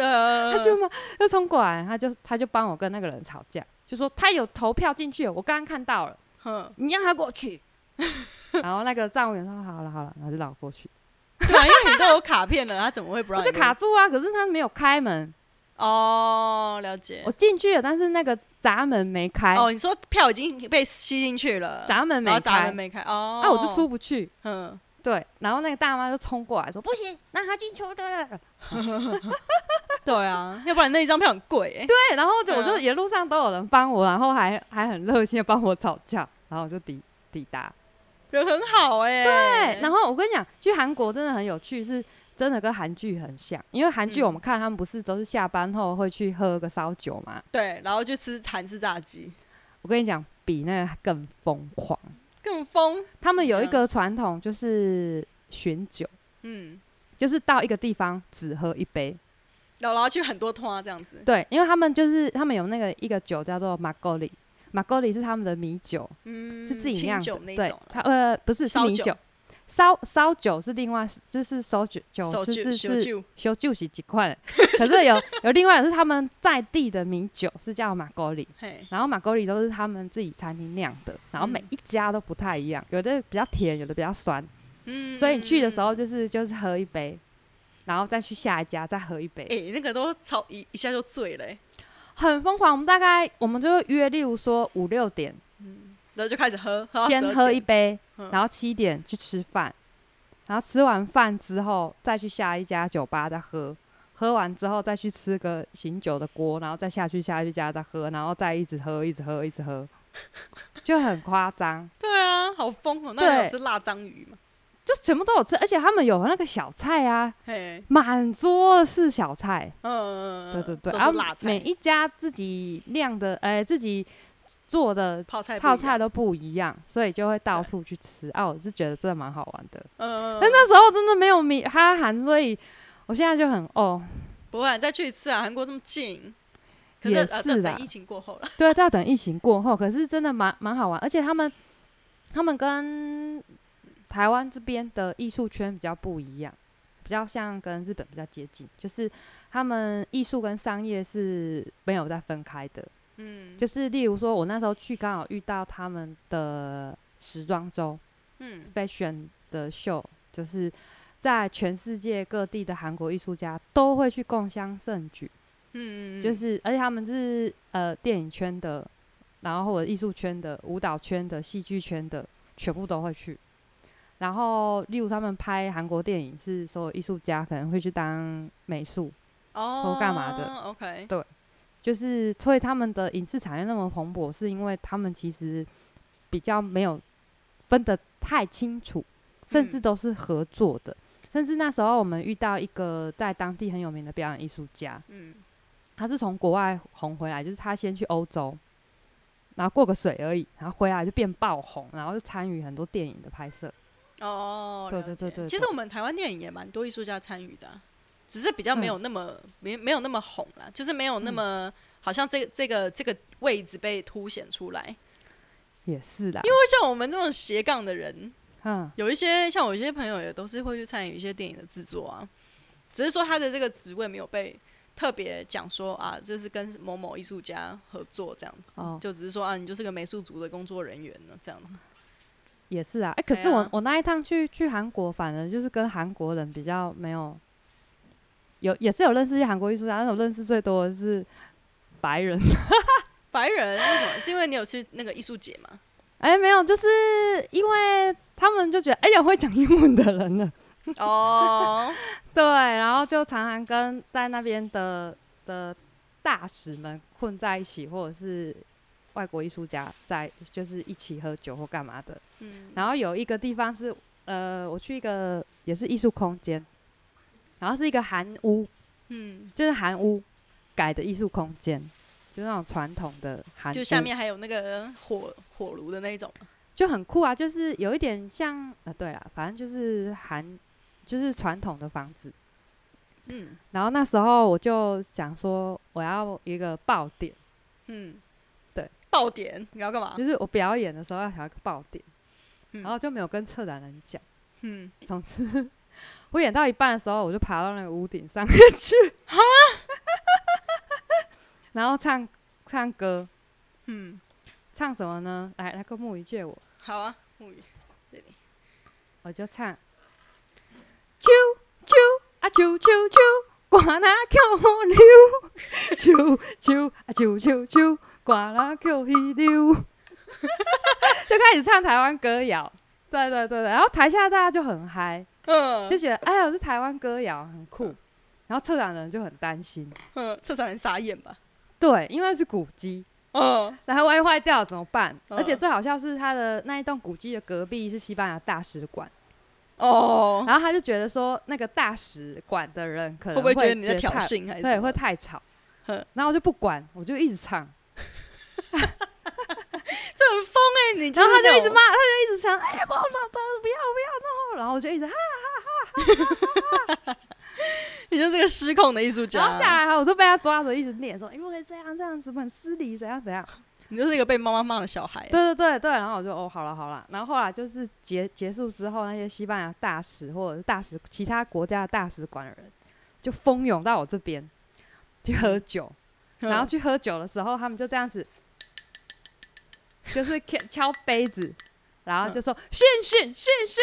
[SPEAKER 1] 的，
[SPEAKER 2] 他就冲过来，他就帮我跟那个人吵架，就说他有投票进去了，我刚刚看到了，你让他过去。然后那个站务员说好了，然后就让我过去。
[SPEAKER 1] 对啊，因为你都有卡片了，他怎么会不让你？
[SPEAKER 2] 我就卡住啊，可是他没有开门。
[SPEAKER 1] 哦，了解。
[SPEAKER 2] 我进去了，但是那个闸门没开。
[SPEAKER 1] 哦，你说票已经被吸进去了，
[SPEAKER 2] 闸门没开，
[SPEAKER 1] 闸门没开。哦，
[SPEAKER 2] 那我就出不去。
[SPEAKER 1] 嗯，
[SPEAKER 2] 对。然后那个大妈就冲过来说：“不行，让他进去的了。”
[SPEAKER 1] 对啊，要不然那一张票很贵欸。
[SPEAKER 2] 对，然后我就一路上都有人帮我，然后还很热心的帮我吵架，然后我就抵达。
[SPEAKER 1] 人很好欸。
[SPEAKER 2] 对，然后我跟你讲，去韩国真的很有趣，是真的跟韩剧很像，因为韩剧我们看他们不是都是下班后会去喝个烧酒嘛？
[SPEAKER 1] 对，然后就吃韩式炸鸡。
[SPEAKER 2] 我跟你讲，比那个更疯狂，
[SPEAKER 1] 更疯。
[SPEAKER 2] 他们有一个传统就是选酒，就是到一个地方只喝一杯，
[SPEAKER 1] 然后去很多通这样子。
[SPEAKER 2] 对，因为他们有那个一个酒叫做马格里。马格里是他们的米酒，是自己酿的。对，不是米酒，烧酒是另外，就是烧酒是烧酒是几块的。可是有另外是他们在地的米酒是叫马格里，然后马格里都是他们自己餐厅酿的，然后每一家都不太一样，有的比较甜，有的比较酸。所以你去的时候就是喝一杯，然后再去下一家再喝一杯。
[SPEAKER 1] 那个都一下就醉了。
[SPEAKER 2] 很疯狂，我们就约，例如说5、6点，
[SPEAKER 1] 然后就开始喝
[SPEAKER 2] 先喝一杯，然后7点去吃饭，然后吃完饭之后再去下一家酒吧再喝，喝完之后再去吃个醒酒的锅，然后再下一家再喝，然后再一直喝，就很夸张。
[SPEAKER 1] 对啊，好疯哦！那有吃辣章鱼吗？
[SPEAKER 2] 就全部都有吃，而且他们有那个小菜啊，满桌是小菜。对，然后每一家自己酿的，自己做的泡菜都不一样，所以就会到处去吃。我是觉得真的蛮好玩的。但那时候真的没有哈韩，所以我现在就很
[SPEAKER 1] 不会再去一次啊，韩国这么近。
[SPEAKER 2] 也是啦，
[SPEAKER 1] 等疫情过后了。
[SPEAKER 2] 对，要等疫情过后，可是真的蛮好玩，而且他们跟台湾这边的艺术圈比较不一样，比较像跟日本比较接近，就是他们艺术跟商业是没有在分开的。就是例如说我那时候去刚好遇到他们的时装周，fashion 的秀，就是在全世界各地的韩国艺术家都会去共襄盛举。就是而且他们是电影圈的，然后或者艺术圈的、舞蹈圈的、戏剧圈的，全部都会去。然后，例如他们拍韩国电影，是所有艺术家可能会去当美术或干嘛的。
[SPEAKER 1] OK，
[SPEAKER 2] 对，就是所以他们的影视产业那么蓬勃，是因为他们其实比较没有分得太清楚，甚至都是合作的。甚至那时候我们遇到一个在当地很有名的表演艺术家，他是从国外红回来，就是他先去欧洲，然后过个水而已，然后回来就变爆红，然后就参与很多电影的拍摄。对。
[SPEAKER 1] 其实我们台湾电影也蛮多艺术家参与的，只是比较没有那么没有那么红啦，就是没有那么好像这个位置被凸显出来。
[SPEAKER 2] 也是啦，
[SPEAKER 1] 因为像我们这种斜杠的人，有一些像我一些朋友也都是会去参与一些电影的制作啊，只是说他的这个职位没有被特别讲说啊，这是跟某某艺术家合作这样子，就只是说啊，你就是个美术组的工作人员呢，这样。
[SPEAKER 2] 也是啊，可是我那一趟去韩国，反而就是跟韩国人比较没有，也是有认识一些韩国艺术家，但是我认识最多的是白人。
[SPEAKER 1] 白人为什么？是因为你有去那个艺术节吗？
[SPEAKER 2] 没有，就是因为他们就觉得有会讲英文的人了。对，然后就常常跟在那边的大使们混在一起，或者是外国艺术家就是一起喝酒或干嘛的。然后有一个地方是我去一个也是艺术空间，然后是一个韩屋，就是韩屋改的艺术空间，就那种传统的韩屋，
[SPEAKER 1] 就下面还有那个火炉的那种，
[SPEAKER 2] 就很酷啊，就是有一点像对啦，反正就是就是传统的房子。然后那时候我就想说我要一个爆点。对，
[SPEAKER 1] 爆点你要干嘛？
[SPEAKER 2] 就是我表演的时候要想一个爆点，然后就没有跟策展人讲。总之我演到一半的时候，我就爬到那个屋顶上面去。 然后唱歌，唱什么呢？来个木鱼借我。
[SPEAKER 1] 好啊，木鱼这里，
[SPEAKER 2] 我就唱。啾啾啊啾啾啾，寒那口流，啾啾啊啾啾啾，寒那口流，就开始唱台湾歌谣。对，然后台下大家就很嗨，就觉得哎呦，这台湾歌谣很酷。然后策展人就很担心，
[SPEAKER 1] 策展人傻眼吧？
[SPEAKER 2] 对，因为是古迹，然后万一坏掉了怎么办？而且最好笑是他的那一栋古迹的隔壁是西班牙大使馆，然后他就觉得说那个大使馆的人可能
[SPEAKER 1] 会不会觉得你在挑衅，还是
[SPEAKER 2] 对，会太吵，然后我就不管，我就一直唱。
[SPEAKER 1] 这很疯你
[SPEAKER 2] 然后他就一直骂，他就一直唱，哎呀，不要弄，然后我就一直哈哈哈。
[SPEAKER 1] 你就是个失控的艺术家。
[SPEAKER 2] 然后下来，我就被他抓着一直念说，不可以这样子，很失礼，怎样。
[SPEAKER 1] 你就是一个被妈妈骂的小孩。
[SPEAKER 2] 对，然后我就好了。然后后来就是结束之后，那些西班牙大使或者是其他国家的大使馆的人就蜂拥到我这边去喝酒，然后去喝酒的时候，他们就这样子。就是敲杯子，然后就说训，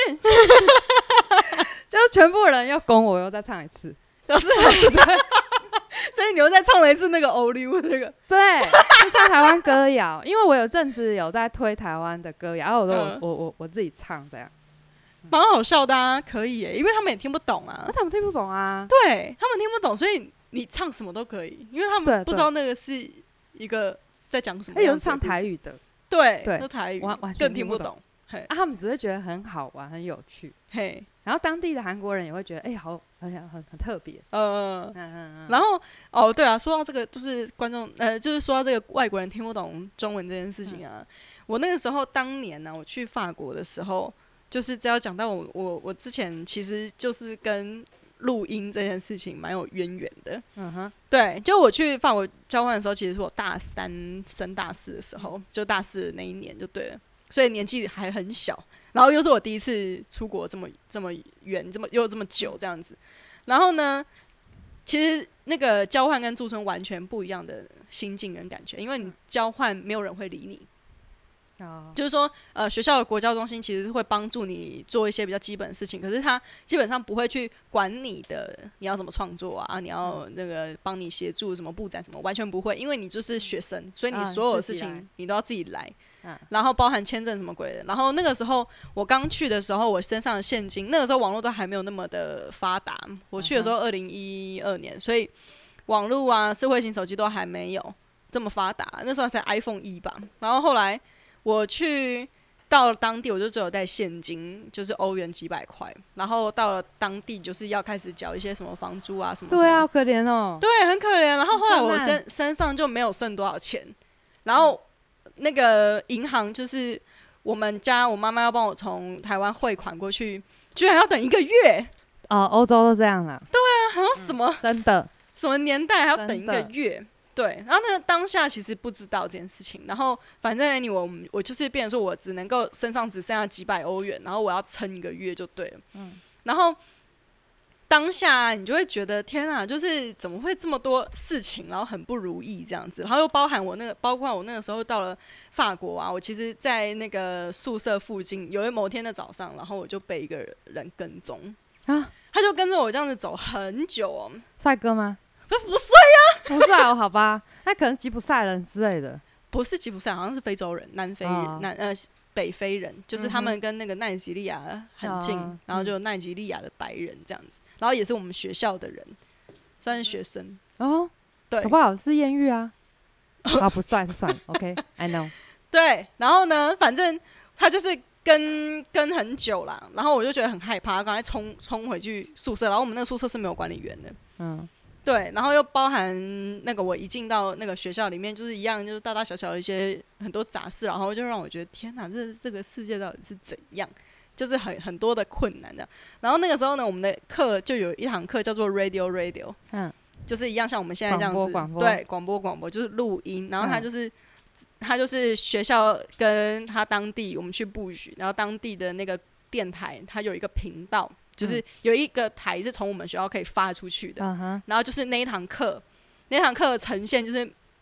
[SPEAKER 2] 就是全部人要攻我，又再唱一次，
[SPEAKER 1] 是所以你又再唱了一次那个欧溜那个，
[SPEAKER 2] 对，就唱台湾歌谣，因为我有阵子有在推台湾的歌谣，然后我自己唱这样，
[SPEAKER 1] 蛮好笑的啊，可以耶，因为他们也听不懂啊，
[SPEAKER 2] 那他们听不懂啊，
[SPEAKER 1] 对他们听不懂，所以你唱什么都可以，因为他们不知道那个是一个在讲什么，
[SPEAKER 2] 他有唱台语的。
[SPEAKER 1] 对，都台语，更听不懂。
[SPEAKER 2] 他们只是觉得很好玩、很有趣。然后当地的韩国人也会觉得，好，很特别。
[SPEAKER 1] 然后对啊，说到这个，就是观众，就是说到这个外国人听不懂中文这件事情啊，我那个时候当年呢，我去法国的时候，就是只要讲到我之前其实就是跟录音这件事情蛮有渊源的，对，就我去法国交换的时候，其实是我大3升大4的时候，就大4的那一年就对了，所以年纪还很小，然后又是我第一次出国这么远，又这么久这样子，然后呢，其实那个交换跟驻村完全不一样的心境跟感觉，因为你交换没有人会理你。就是说，学校的国教中心其实会帮助你做一些比较基本的事情，可是他基本上不会去管你要怎么创作啊，你要那个帮你协助什么布展什么，完全不会，因为你就是学生，所以你所有的事情你都要自己来，然后包含签证什么鬼的。然后那个时候我刚去的时候，我身上的现金，那个时候网络都还没有那么的发达，我去的时候2012年，所以网络啊、智慧型手机都还没有这么发达，那时候才 iPhone 1吧。然后后来我去到了当地，我就只有带现金，就是欧元几百块。然后到了当地，就是要开始缴一些什么房租啊什么。
[SPEAKER 2] 对啊，好可怜哦。
[SPEAKER 1] 对，很可怜。然后后来我身上就没有剩多少钱，然后那个银行就是我妈妈要帮我从台湾汇款过去，居然要等1个月。
[SPEAKER 2] 欧洲都这样啦。
[SPEAKER 1] 对啊，好像什么
[SPEAKER 2] 真的
[SPEAKER 1] 什么年代还要等1个月。对，然后那个当下其实不知道这件事情，然后反正我就是变成说我只能够身上只剩下几百欧元，然后我要撑1个月就对了。然后当下你就会觉得天啊，就是怎么会这么多事情，然后很不如意这样子，然后又包括我那个时候到了法国啊，我其实在那个宿舍附近，某天的早上，然后我就被一个人跟踪啊，他就跟着我这样子走很久哦。
[SPEAKER 2] 帅哥吗？
[SPEAKER 1] 不帅呀，
[SPEAKER 2] 不帅哦，好吧，那可能吉普赛人之类的，
[SPEAKER 1] 不是吉普赛，好像是非洲人，北非人，就是他们跟那个奈及利亚很近，然后就奈及利亚的白人这样子，然后也是我们学校的人，算是学生哦，对，
[SPEAKER 2] 好不好？是艳遇啊，不帅是算了 ，OK，I know，
[SPEAKER 1] 对，然后呢，反正他就是跟很久啦，然后我就觉得很害怕，赶快冲回去宿舍，然后我们那个宿舍是没有管理员的，对，然后又包含那个我一进到那个学校里面，就是一样，就是大大小小的一些很多杂事，然后就让我觉得天哪，这个世界到底是怎样？就是很多的困难的。然后那个时候呢，我们的课就有一堂课叫做 Radio，就是一样像我们现在这样子，对，广播就是录音。然后他就是学校跟他当地我们去布局，然后当地的那个电台，它有一个频道。就是有一个台是从我们学校可以发出去的，然后就是那一堂课的呈现就是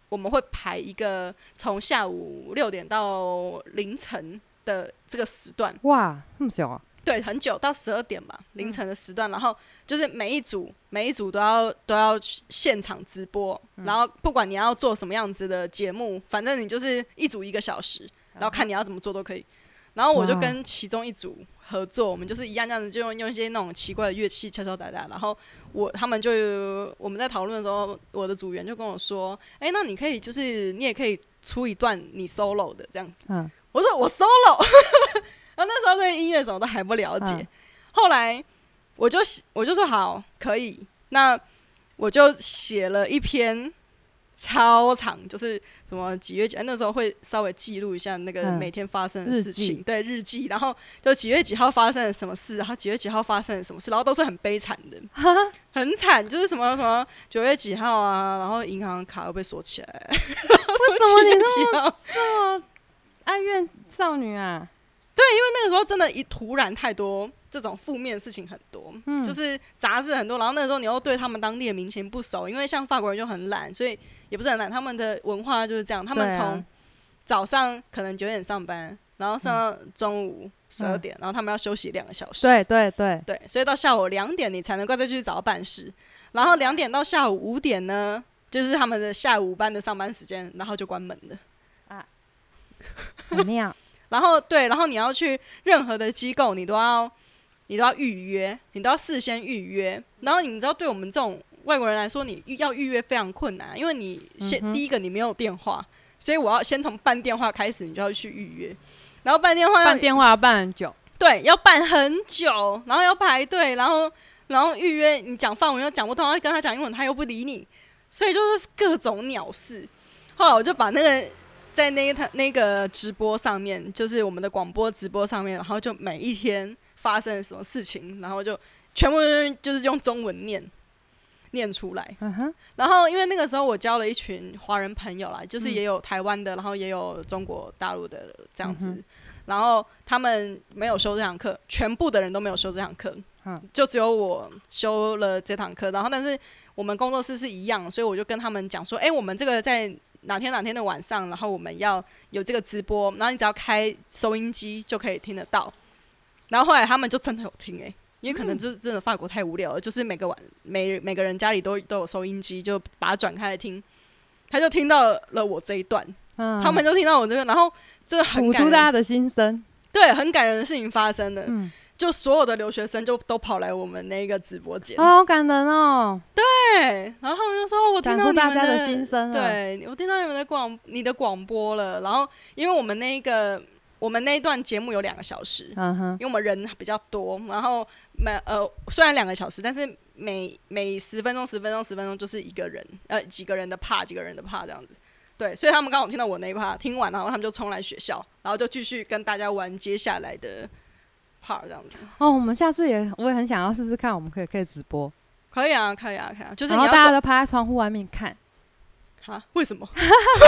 [SPEAKER 1] 我们会排一个从下午6点到凌晨的这个时段。
[SPEAKER 2] 哇，那么久啊？
[SPEAKER 1] 对，很久，到12点吧，凌晨的时段。然后就是每一组都要现场直播，然后不管你要做什么样子的节目，反正你就是一组1个小时，然后看你要怎么做都可以。然后我就跟其中一组合作，我们就是一样这样子，就用一些那种奇怪的乐器敲敲打打。然后他们我们在讨论的时候，我的组员就跟我说：“哎，那你可以就是你也可以出一段你 solo 的这样子。”我说我 solo， 然后那时候对音乐什么都还不了解。后来我就说好，可以，那我就写了一篇。超长，就是什么几月几，那时候会稍微记录一下那个每天发生的事情，对，日记，然后就几月几号发生了什么事，然后几月几号发生了什么事，然后都是很悲惨的，很惨，就是什么9月几号啊，然后银行卡又被锁起来，为
[SPEAKER 2] 什么你这么哀怨少女啊？
[SPEAKER 1] 对，因为那个时候真的突然太多这种负面的事情很多，就是杂事很多，然后那个时候你又对他们当地的民情不熟，因为像法国人就很懒，所以也不是很懒，他们的文化就是这样，他们从早上可能9点上班，然后上到中午12点，然后他们要休息2个小时，
[SPEAKER 2] 对，
[SPEAKER 1] 所以到下午2点你才能够再去找到办事，然后2点到下午5点呢，就是他们的下午班的上班时间，然后就关门了
[SPEAKER 2] 啊，很妙。
[SPEAKER 1] 然后对，然后你要去任何的机构，你都要预约，你都要事先预约。然后你知道，对我们这种外国人来说，你要预约非常困难，因为你第一个你没有电话，所以我要先从办电话开始，你就要去预约。然后办电话
[SPEAKER 2] 要办很久，
[SPEAKER 1] 对，要办很久，然后要排队，然后预约，你讲法文又讲不通，要跟他讲英文，他又不理你，所以就是各种鸟事。后来我就把那个。在那个直播上面，就是我们的广播直播上面，然后就每一天发生了什么事情，然后就全部就是用中文念出来。然后因为那个时候我交了一群华人朋友啦，就是也有台湾的，然后也有中国大陆的这样子。然后他们没有修这堂课，全部的人都没有修这堂课，就只有我修了这堂课。然后但是我们工作室是一样，所以我就跟他们讲说，我们这个在哪天的晚上，然后我们要有这个直播，然后你只要开收音机就可以听得到。然后后来他们就真的有听因为可能就是真的法国太无聊了，就是每个人家里都有收音机，就把它转开来听，他就听到了我这一段，他们就听到我这个，然后这很感人，
[SPEAKER 2] 吐出大家的心声，
[SPEAKER 1] 对，很感人的事情发生了。就所有的留学生就都跑来我们那个直播间，
[SPEAKER 2] 好感人哦。
[SPEAKER 1] 对，然后他们就说我听到你们
[SPEAKER 2] 大家的心声了，
[SPEAKER 1] 对，我听到你的广播了。然后因为我们那一段节目有2个小时，因为我们人比较多，然后虽然2个小时，但是每10分钟就是一个人，几个人的 part 这样子。对，所以他们刚好听到我那一 part， 听完然后他们就冲来学校，然后就继续跟大家玩接下来的 part 这样子。
[SPEAKER 2] 我们下次我也很想要试试看，我们可以直播。
[SPEAKER 1] 可以啊，就是你要
[SPEAKER 2] 然后大家都趴在窗户外面看。
[SPEAKER 1] 为什么？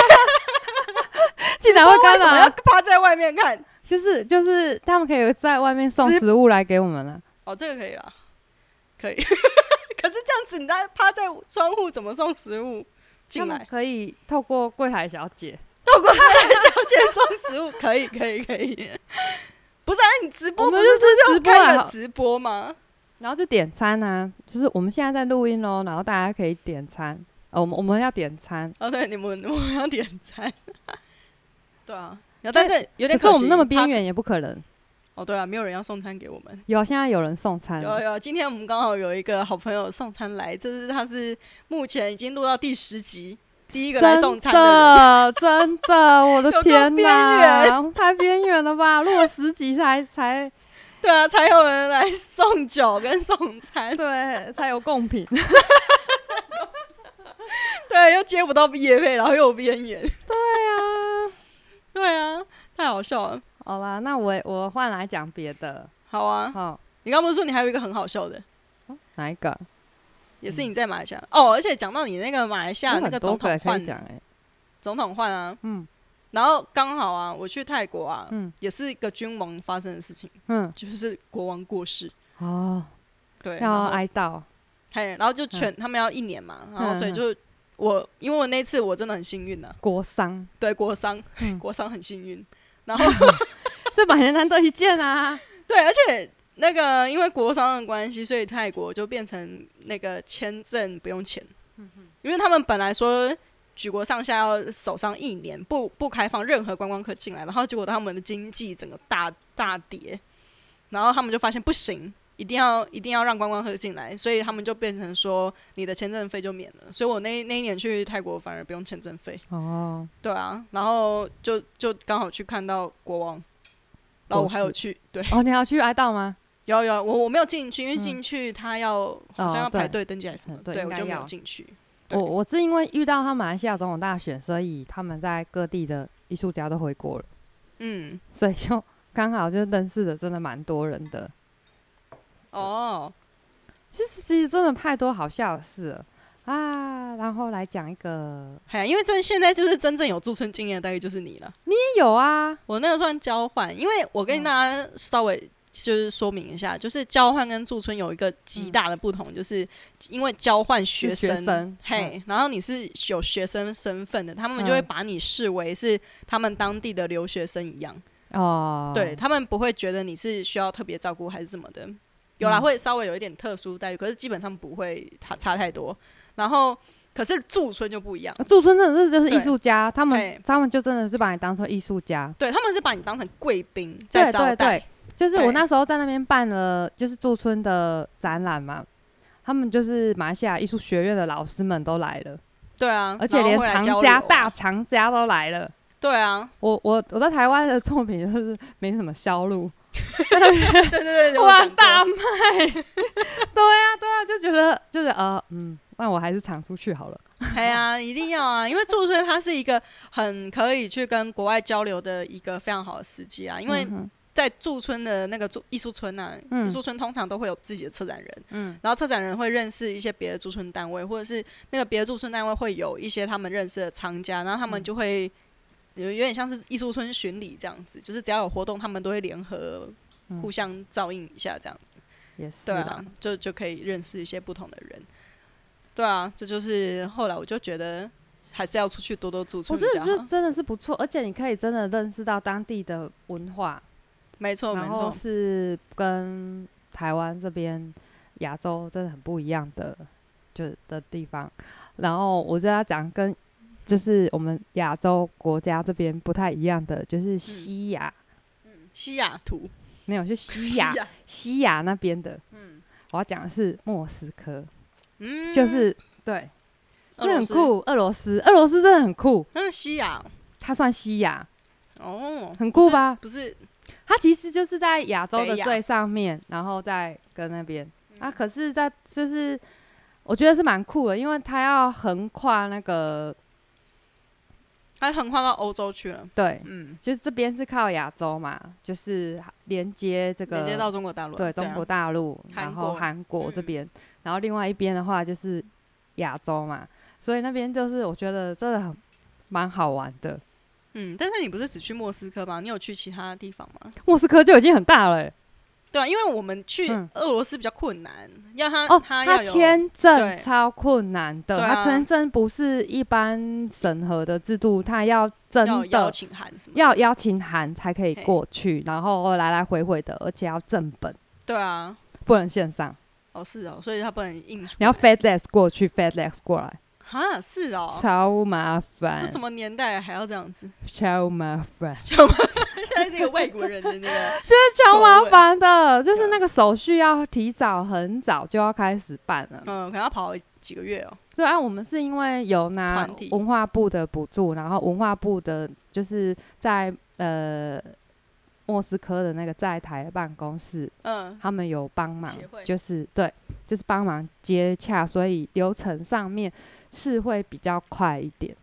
[SPEAKER 2] 竟然会干扰？
[SPEAKER 1] 要趴在外面看？
[SPEAKER 2] 就是他们可以在外面送食物来给我们了。
[SPEAKER 1] 这个可以啦，可以。可是这样子，你在趴在窗户怎么送食物进来？
[SPEAKER 2] 可以透过柜台小姐
[SPEAKER 1] 送食物，可以。不是你直播，
[SPEAKER 2] 我们就是直播
[SPEAKER 1] 开了直播吗？
[SPEAKER 2] 然后就点餐啊，就是我们现在在录音咯，然后大家可以点餐。我们要点餐。
[SPEAKER 1] 对，我们要点餐。对啊，但是有点可惜，
[SPEAKER 2] 可是我们那么边缘也不可能。
[SPEAKER 1] 对啊，没有人要送餐给我们。
[SPEAKER 2] 现在有人送餐了。
[SPEAKER 1] 有，今天我们刚好有一个好朋友送餐来，他是目前已经录到第10集，第一个来送餐的人。
[SPEAKER 2] 真的，我的天哪，太边缘了吧！录了10集才。
[SPEAKER 1] 对啊，才有人来送酒跟送餐，
[SPEAKER 2] 对，才有贡品。
[SPEAKER 1] 对，又接不到业配，然后又边缘。对啊，太好笑了。
[SPEAKER 2] 好啦，那我换来讲别的。
[SPEAKER 1] 好啊。好，你刚不是说你还有一个很好笑的？
[SPEAKER 2] 哪一个？
[SPEAKER 1] 也是你在马来西亚而且讲到你那个马来西亚那个总统换，总统换啊，然后刚好啊，我去泰国啊，也是一个君王发生的事情，就是国王过世
[SPEAKER 2] 哦，
[SPEAKER 1] 对，
[SPEAKER 2] 要哀悼，
[SPEAKER 1] 然后就他们要1年嘛，然后所以就因为我那次我真的很幸运
[SPEAKER 2] 国商，
[SPEAKER 1] 对国商很幸运，然后
[SPEAKER 2] 这百年难得一见啊。
[SPEAKER 1] 对，而且那个因为国商的关系，所以泰国就变成那个签证不用钱，因为他们本来说举国上下要守上1年，不开放任何观光客进来，然后结果他们的经济整个大跌，然后他们就发现不行，一定要让观光客进来，所以他们就变成说你的签证费就免了，所以我那一年去泰国反而不用签证费。对啊，然后就刚好去看到国王，然后我还有去，对，
[SPEAKER 2] 你要去哀悼吗？
[SPEAKER 1] 有，我没有进去，因为进去他好像要排队登记还是什么，对，我就没有进去。
[SPEAKER 2] 我是因为遇到他马来西亚总统大选，所以他们在各地的艺术家都回国了，所以就刚好就认识了真的蛮多人的。其实真的太多好笑的事了啊！然后来讲一个，
[SPEAKER 1] 因为现在就是真正有驻村经验的大概就是你了。
[SPEAKER 2] 你也有啊？
[SPEAKER 1] 我那个算交换，因为我跟大家稍微就是说明一下，就是交换跟驻村有一个极大的不同，就是因为交换学生，然后你是有学生身份的，他们就会把你视为是他们当地的留学生一样。对，他们不会觉得你是需要特别照顾还是怎么的。有啦，会稍微有一点特殊待遇，可是基本上不会差太多。然后，可是驻村就不一样，
[SPEAKER 2] 驻村真的是就是艺术家，他们就真的是把你当成艺术家，
[SPEAKER 1] 对，他们是把你当成贵宾在招待。
[SPEAKER 2] 对，就是我那时候在那边办了就是驻村的展览嘛，他们就是马来西亚艺术学院的老师们都来了，
[SPEAKER 1] 对啊，
[SPEAKER 2] 而且连大藏家都来了。对
[SPEAKER 1] 啊，
[SPEAKER 2] 我在台湾的作品就是没什么销路。
[SPEAKER 1] 对，
[SPEAKER 2] 哇，大卖！对啊，就觉得就是那我还是常出去好了。
[SPEAKER 1] 一定要啊，因为驻村它是一个很可以去跟国外交流的一个非常好的时机啊，因为在驻村的那个艺术村啊，艺术村通常都会有自己的策展人，然后策展人会认识一些别的驻村单位，或者是那个别的驻村单位会有一些他们认识的藏家，然后他们就会有点像是艺术村巡礼这样子，就是只要有活动，他们都会联合互相照应一下这样子。
[SPEAKER 2] 也是，
[SPEAKER 1] 对啊，就可以认识一些不同的人。对啊，这就是后来我就觉得还是要出去多多驻村比较好。
[SPEAKER 2] 我觉得真的是不错，而且你可以真的认识到当地的文化。
[SPEAKER 1] 没错，
[SPEAKER 2] 然后是跟台湾这边亚洲真的很不一样的的地方。然后我就要讲跟就是我们亚洲国家这边不太一样的，就是西亚，
[SPEAKER 1] 西雅图
[SPEAKER 2] 没有，就西亚那边的。我要讲的是莫斯科，就是对，这很酷。俄罗斯真的很酷。
[SPEAKER 1] 那是西亚，
[SPEAKER 2] 它算西亚，很酷吧？
[SPEAKER 1] 不是，
[SPEAKER 2] 它其实就是在亚洲的最上面，然后再跟那边可是在就是我觉得是蛮酷的，因为它要横跨那个。
[SPEAKER 1] 它横跨到欧洲去了，
[SPEAKER 2] 对，就是这边是靠亚洲嘛，就是连接
[SPEAKER 1] 到中国大陆，
[SPEAKER 2] 对，中国大陆，然后韩国这边，然后另外一边的话就是亚洲嘛，所以那边就是我觉得真的蛮好玩的。
[SPEAKER 1] 但是你不是只去莫斯科吗？你有去其他地方吗？
[SPEAKER 2] 莫斯科就已经很大了
[SPEAKER 1] 对啊，因为我们去俄罗斯比较困难，要
[SPEAKER 2] 他签证超困难的，他签证不是一般审核的制度，他要真的
[SPEAKER 1] 邀请函什么的，
[SPEAKER 2] 要邀请函才可以过去，然后来来回回的，而且要正本。
[SPEAKER 1] 对啊，
[SPEAKER 2] 不能线上。
[SPEAKER 1] 是哦，所以他不能印出来。
[SPEAKER 2] 你要 FedEx 过去 ，FedEx 过来。
[SPEAKER 1] 是哦，
[SPEAKER 2] 超麻烦。
[SPEAKER 1] 那什么年代还要这样子？
[SPEAKER 2] 超麻烦。
[SPEAKER 1] 现在这个外国人的那个，
[SPEAKER 2] 就是超麻烦的，就是那个手续要提早很早就要开始办了。
[SPEAKER 1] 可能要跑几个月哦。
[SPEAKER 2] 对啊，我们是因为有拿文化部的补助，然后文化部的就是在莫斯科的那个在台办公室，他们有帮忙，就是帮忙接洽，所以流程上面是会比较快一点。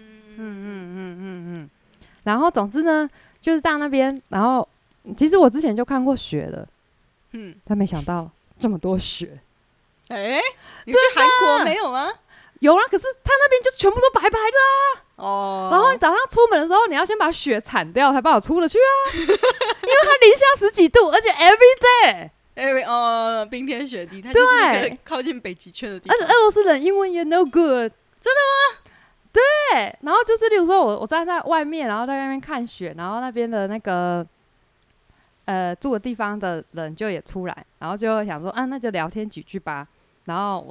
[SPEAKER 2] 然后总之呢，就是到那边，然后其实我之前就看过雪了，但没想到这么多雪。
[SPEAKER 1] 你去韩国没有吗？
[SPEAKER 2] 有啊，可是他那边就全部都白白的然后你早上出门的时候，你要先把雪铲掉，才把我出得去啊。因为它零下10几度，而且 every day，
[SPEAKER 1] 冰天雪地，它就是一个靠近北极圈的地方。
[SPEAKER 2] 而且俄罗斯人英文也 no good，
[SPEAKER 1] 真的吗？
[SPEAKER 2] 对，然后就是例如说我站在外面，然后在外面看雪，然后那边的那个住的地方的人就也出来，然后就想说啊，那就聊天几句吧。然后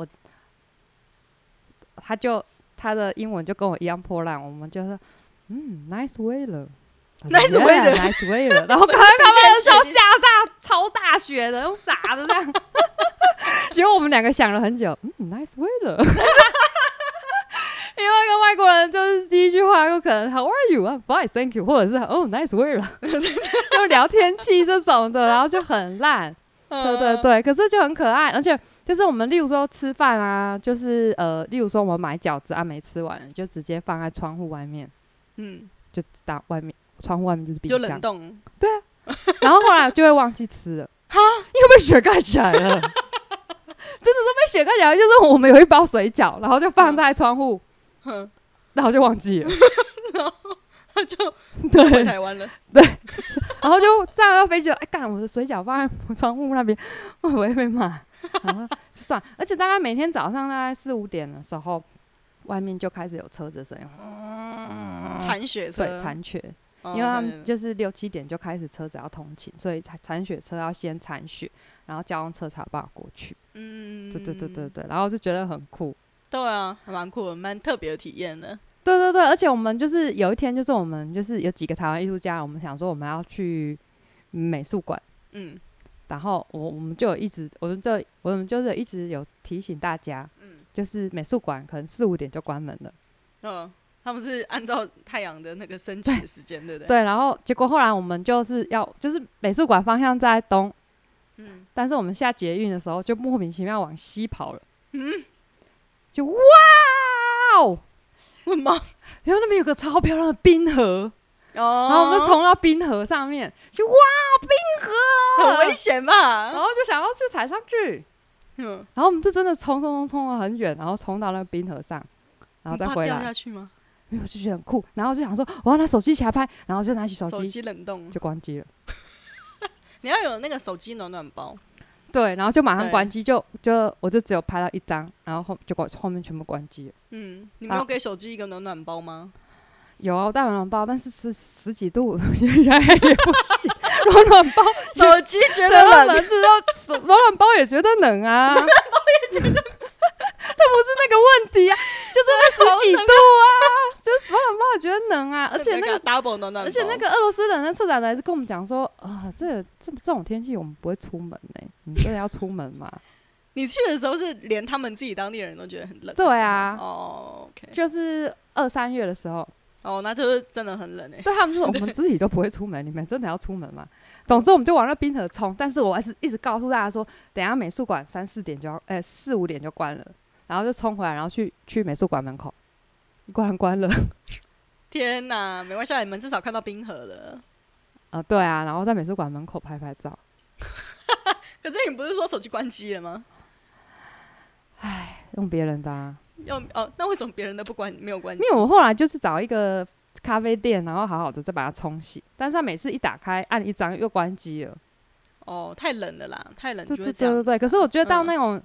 [SPEAKER 2] 他的英文就跟我一样破烂，我们就说nice weather。nice
[SPEAKER 1] weather，nice
[SPEAKER 2] weather， 然后看的时候超大雪的，用砸的这样。结果我们两个想了很久，nice weather。因为跟外国人就是第一句话有可能 How are you? I'm fine, thank you， 或者是nice weather， 就聊天气这种的，然后就很烂。对，可是就很可爱，而且就是我们例如说吃饭啊，就是例如说我们买饺子啊没吃完，就直接放在窗户外面，就当外面窗户外面就是冰箱，
[SPEAKER 1] 就冷冻。
[SPEAKER 2] 对啊，然后后来就会忘记吃了，因为被雪盖起来了，真的是被雪盖起来，就是我们有一包水饺，然后就放在窗户，然后就忘记了，
[SPEAKER 1] 然后他就
[SPEAKER 2] 回
[SPEAKER 1] 台湾了，
[SPEAKER 2] 对，然后就上到飞机，哎干，我的水饺放在窗户那边，我会被骂，然后算，而且大概每天早上大概4、5点的时候，外面就开始有车子声音，
[SPEAKER 1] 铲雪车，
[SPEAKER 2] 对，铲雪。因为他们就是6、7点就开始车子要通勤，所以铲雪车要先铲雪，然后交通车才有办法过去。对，然后就觉得很酷。
[SPEAKER 1] 对啊，蛮酷的，蛮特别的体验的。
[SPEAKER 2] 对，而且我们就是有一天，就是我们就是有几个台湾艺术家，我们想说我们要去美术馆，然后我们就一直，我们就是一直有提醒大家，就是美术馆可能4、5点就关门了。
[SPEAKER 1] 他们是按照太阳的那个升起的时间，对不对？
[SPEAKER 2] 对，然后结果后来我们就是美术馆方向在东，但是我们下捷运的时候就莫名其妙往西跑了，就哇哦，
[SPEAKER 1] 为什么？
[SPEAKER 2] 然后那边有个超漂亮的冰河，然后我们就冲到冰河上面，就哇冰河，
[SPEAKER 1] 很危险吧？
[SPEAKER 2] 然后就想要去踩上去，然后我们就真的冲了很远，然后冲到那个冰河上，然后再回来。
[SPEAKER 1] 掉下去吗？
[SPEAKER 2] 没有，就觉得很酷，然后就想说我要拿手机起来拍，然后就拿起手
[SPEAKER 1] 机冷冻
[SPEAKER 2] 就关机了。
[SPEAKER 1] 你要有那个手机暖暖包。
[SPEAKER 2] 对，然后就马上关机，我就只有拍到1张，然后后面全部关机了。
[SPEAKER 1] 你没有给手机一个暖暖包吗？
[SPEAKER 2] 有啊，我带暖暖包，但是是10几度也不行。暖暖包，
[SPEAKER 1] 手机觉得冷，
[SPEAKER 2] 暖暖包也觉得冷啊，暖暖包也觉得。它不是那个问题啊，就是那10几度啊，就是暖暖包也觉得冷啊，而且那个
[SPEAKER 1] double 暖暖包，
[SPEAKER 2] 而且那个俄罗斯人的策展人还是跟我们讲说啊，这种天气我们不会出门呢，你真的要出门吗？
[SPEAKER 1] 你去的时候是连他们自己当地人都觉得很冷。
[SPEAKER 2] 对啊，
[SPEAKER 1] OK，
[SPEAKER 2] 就是2、3月的时候。
[SPEAKER 1] 那就是真的很冷。
[SPEAKER 2] 对，他们说我们自己都不会出门，你们真的要出门吗？总之我们就往那冰河冲，但是我还是一直告诉大家说，等一下美术馆3、4点就要4、5点就关了，然后就冲回来，然后去美术馆门口，关了。
[SPEAKER 1] 天哪，没关系，你们至少看到冰河了。
[SPEAKER 2] 对啊，然后在美术馆门口拍照。
[SPEAKER 1] 可是你不是说手机关机了吗？
[SPEAKER 2] 唉，用别人的啊。
[SPEAKER 1] 那为什么别人的没有关机？
[SPEAKER 2] 因为我后来就是找一个咖啡店，然后好好的再把它冲洗，但是他每次一打开按1张又关机了。
[SPEAKER 1] 太冷了啦，太冷就会这样。
[SPEAKER 2] 对。可是我觉得到那种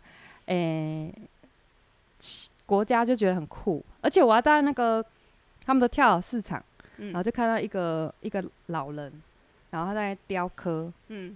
[SPEAKER 2] 国家就觉得很酷，而且我要在那个他们的跳蚤市场，然后就看到一个老人，然后他在雕刻，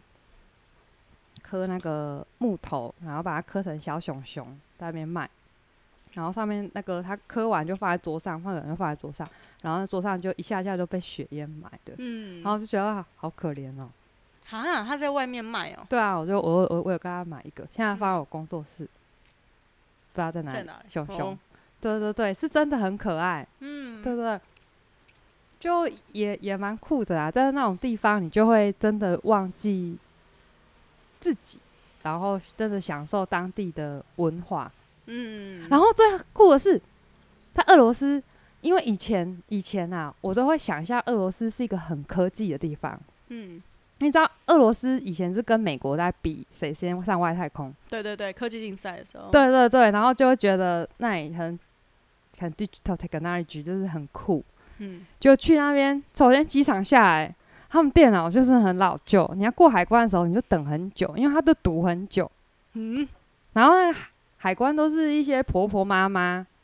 [SPEAKER 2] 刻那个木头，然后把它刻成小熊熊在那边卖。然后上面那个他刻完就放在桌上，换个人就放在桌上，然后那桌上就一下就被雪淹埋的，然后就觉得好可怜哦。
[SPEAKER 1] 他在外面卖哦。
[SPEAKER 2] 对啊，我有跟他买一个，现在放在我工作室，不知道在哪里。熊熊，对，是真的很可爱。对，就也蛮酷的啊，在那种地方你就会真的忘记自己，然后真的享受当地的文化。然后最酷的是，在俄罗斯，因为以前啊，我都会想象俄罗斯是一个很科技的地方。你知道俄罗斯以前是跟美国在比谁先上外太空？
[SPEAKER 1] 对，科技竞赛的时候。
[SPEAKER 2] 对，然后就会觉得那里很 digital technology 就是很酷。就去那边，首先机场下来，他们电脑就是很老旧，你要过海关的时候你就等很久，因为他都读很久。然后那个海关都是一些婆婆妈妈，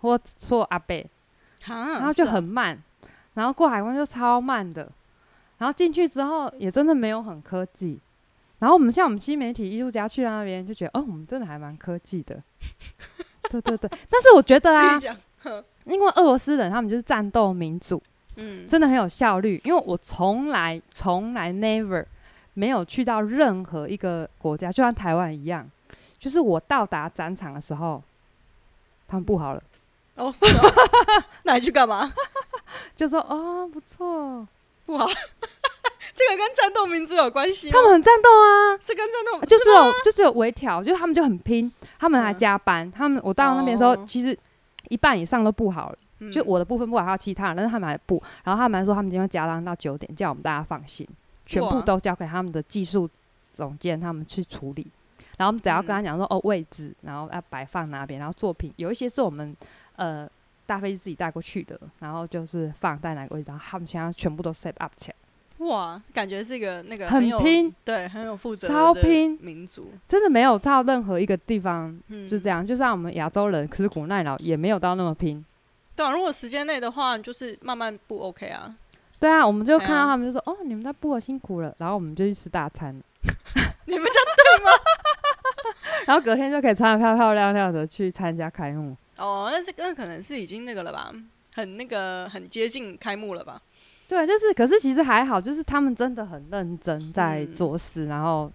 [SPEAKER 2] 或说阿伯，然后就很慢，然后过海关就超慢的，然后进去之后也真的没有很科技。然后我们新媒体艺术家去到那边就觉得，我们真的还蛮科技的。对对对，但是我觉得啊，因为俄罗斯人他们就是战斗民族，真的很有效率。因为我从来 never 没有去到任何一个国家，就像台湾一样，就是我到达战场的时候，他们布好了。
[SPEAKER 1] 哦，是哦，那你去干嘛？
[SPEAKER 2] 就说不错，
[SPEAKER 1] 布好。这个跟战斗民族有关系吗？
[SPEAKER 2] 他们很战斗啊，
[SPEAKER 1] 是跟战斗，
[SPEAKER 2] 就只有微调，就是他们就很拼，他们还加班。我到那边的时候，其实一半以上都布好了，就我的部分布好，还有其他人，但是他们还布。然后他们还说他们今天加班到9点，叫我们大家放心，全部都交给他们的技术总监他们去处理。然后我们只要跟他讲说位置，然后要摆放哪边，然后作品有一些是我们大飞机自己带过去的，然后就是放在哪个位置，然后他们现在全部都 set up 起来。
[SPEAKER 1] 哇，感觉是个那个
[SPEAKER 2] 很拼，
[SPEAKER 1] 对，很有负责
[SPEAKER 2] 超拼
[SPEAKER 1] 民族，
[SPEAKER 2] 真的没有到任何一个地方就这样。就像我们亚洲人吃苦耐劳，也没有到那么拼。
[SPEAKER 1] 对啊，如果时间内的话，就是慢慢布 OK 啊。
[SPEAKER 2] 对啊，我们就看到他们就说你们在布了，辛苦了，然后我们就去吃大餐。
[SPEAKER 1] 你们这样对吗？
[SPEAKER 2] 然后隔天就可以穿得漂漂亮亮的去参加开幕。
[SPEAKER 1] 那可能是已经那个了吧，很接近开幕了吧。
[SPEAKER 2] 对，可是其实还好，就是他们真的很认真在做事，然后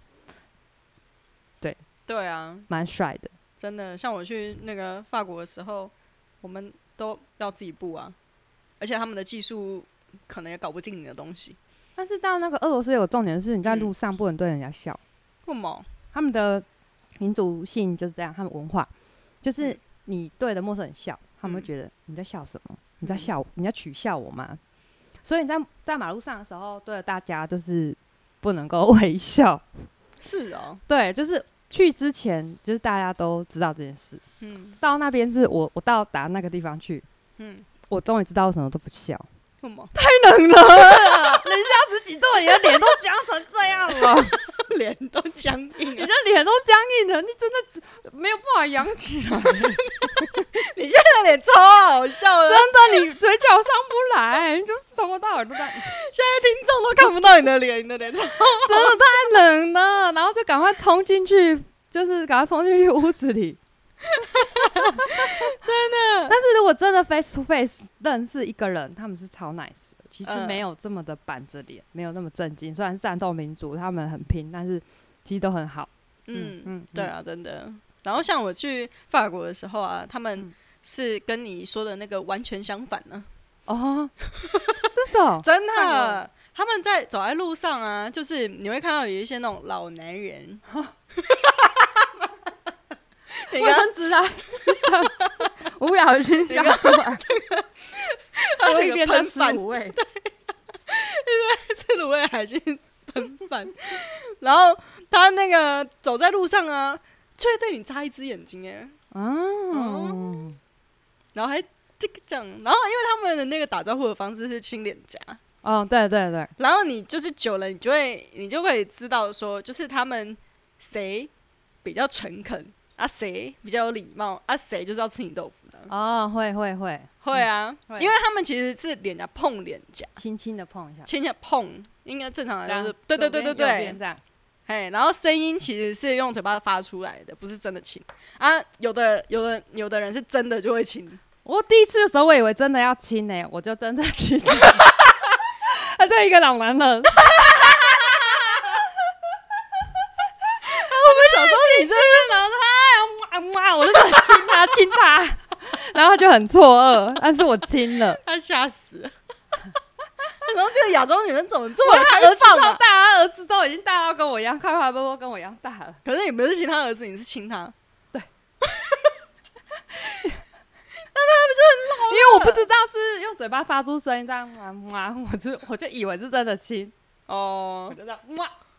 [SPEAKER 1] 对啊，
[SPEAKER 2] 蛮帅的，
[SPEAKER 1] 真的。像我去那个法国的时候，我们都要自己布啊，而且他们的技术可能也搞不定你的东西。
[SPEAKER 2] 但是到那个俄罗斯有个重点是，你在路上不能对人家笑。
[SPEAKER 1] 为什么？
[SPEAKER 2] 他们的民族性就是这样，他们文化就是你对着陌生人笑，他们会觉得你在笑什么？你在笑我？你在取笑我吗？所以你在马路上的时候，对着大家就是不能够微笑。
[SPEAKER 1] 是哦，
[SPEAKER 2] 对，就是去之前，就是大家都知道这件事。到那边是我到达那个地方去，我终于知道为什么都不笑。
[SPEAKER 1] 为什么？
[SPEAKER 2] 太冷了，零下10几度，你的脸都僵成这样了，
[SPEAKER 1] 脸都僵硬了，
[SPEAKER 2] 你的脸都僵硬了，你真的没有办法扬起来。
[SPEAKER 1] 你现在的脸超好笑的，
[SPEAKER 2] 真的，你嘴角上不来，你就从头到尾都在。现
[SPEAKER 1] 在听众都看不到你的脸，你的脸超好笑，
[SPEAKER 2] 真的太冷了，然后就赶快冲进去，就是赶快冲进去屋子里。真的，但是如果真的 face to face 认识一个人，他们是超 nice 的，其实没有这么的板着脸，没有那么震惊。虽然是战斗民族，他们很拼，但是其实都很好。
[SPEAKER 1] 对啊，真的。然后像我去法国的时候啊，他们是跟你说的那个完全相反呢。
[SPEAKER 2] 真的，
[SPEAKER 1] 真的，他们走在路上啊，就是你会看到有一些那种老男人。
[SPEAKER 2] 卫生纸来，无聊心跳出来。
[SPEAKER 1] 我
[SPEAKER 2] 一边在吃卤味，
[SPEAKER 1] 对，一边吃卤味海鲜喷饭，然后他那个走在路上啊，就会对你眨一只眼睛哎，然后还这个讲，然后因为他们的那个打招呼的方式是亲脸颊。
[SPEAKER 2] 对对对，
[SPEAKER 1] 然后你就是久了，你就可以知道说，就是他们谁比较诚恳。谁比较有礼貌谁就是要吃你豆腐的。
[SPEAKER 2] 会
[SPEAKER 1] 啊，因为他们其实是脸颊碰脸颊，
[SPEAKER 2] 轻轻的碰一下，
[SPEAKER 1] 轻轻的碰，应该正常来说是对，
[SPEAKER 2] 这样。
[SPEAKER 1] 然后声音其实是用嘴巴发出来的，不是真的亲啊。有的人是真的就会亲。
[SPEAKER 2] 我第一次的时候，我以为真的要亲呢，我就真的亲。他对一个老男人。
[SPEAKER 1] 小时候你真的
[SPEAKER 2] 我就亲他，然后他就很错愕，但是我亲了，
[SPEAKER 1] 他吓死了。然后这个亚洲女人怎么这么开放啊？
[SPEAKER 2] 他儿子都已经大到跟我一样，快快波波跟我一样大了。
[SPEAKER 1] 可是你不是亲他儿子，你是亲他。
[SPEAKER 2] 对。
[SPEAKER 1] 那他们就很老，
[SPEAKER 2] 因为我不知道是用嘴巴发出声音这样我就以为是真的亲。我就这样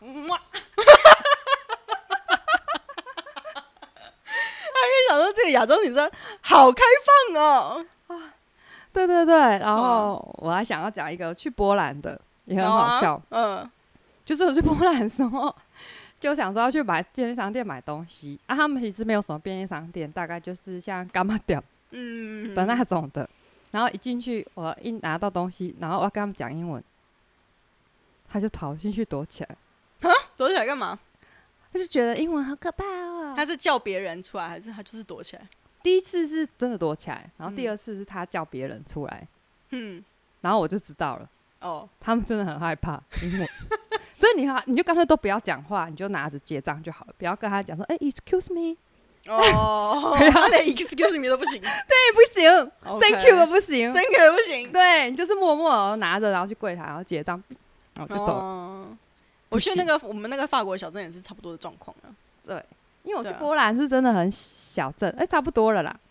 [SPEAKER 1] 想说这个亚洲女生好开放哦。
[SPEAKER 2] 对对对，然后我还想要讲一个去波兰的，也很好笑。就是我去波兰的时候，就想说要去便利商店买东西他们其实没有什么便利商店，大概就是像干妈店的那种的。然后一进去，我一拿到东西，然后我要跟他们讲英文，他就逃进去躲起来。
[SPEAKER 1] 躲起来干嘛？
[SPEAKER 2] 他就觉得英文好可怕哦。
[SPEAKER 1] 他是叫别人出来，还是他就是躲起来？
[SPEAKER 2] 第一次是真的躲起来，然后第二次是他叫别人出来。然后我就知道了。他们真的很害怕英文，所以你就干脆都不要讲话，你就拿着结账就好了，不要跟他讲说excuse me。
[SPEAKER 1] 他连 excuse me 都不行。
[SPEAKER 2] 对，不行。Thank you 都不行。
[SPEAKER 1] Thank you 也不行。
[SPEAKER 2] 对，你就是默默拿着，然后去柜台，然后结账，然后就走了。
[SPEAKER 1] 我去我们那个法国小镇也是差不多的状况啊。
[SPEAKER 2] 对，因为我去波兰是真的很小镇，差不多了啦。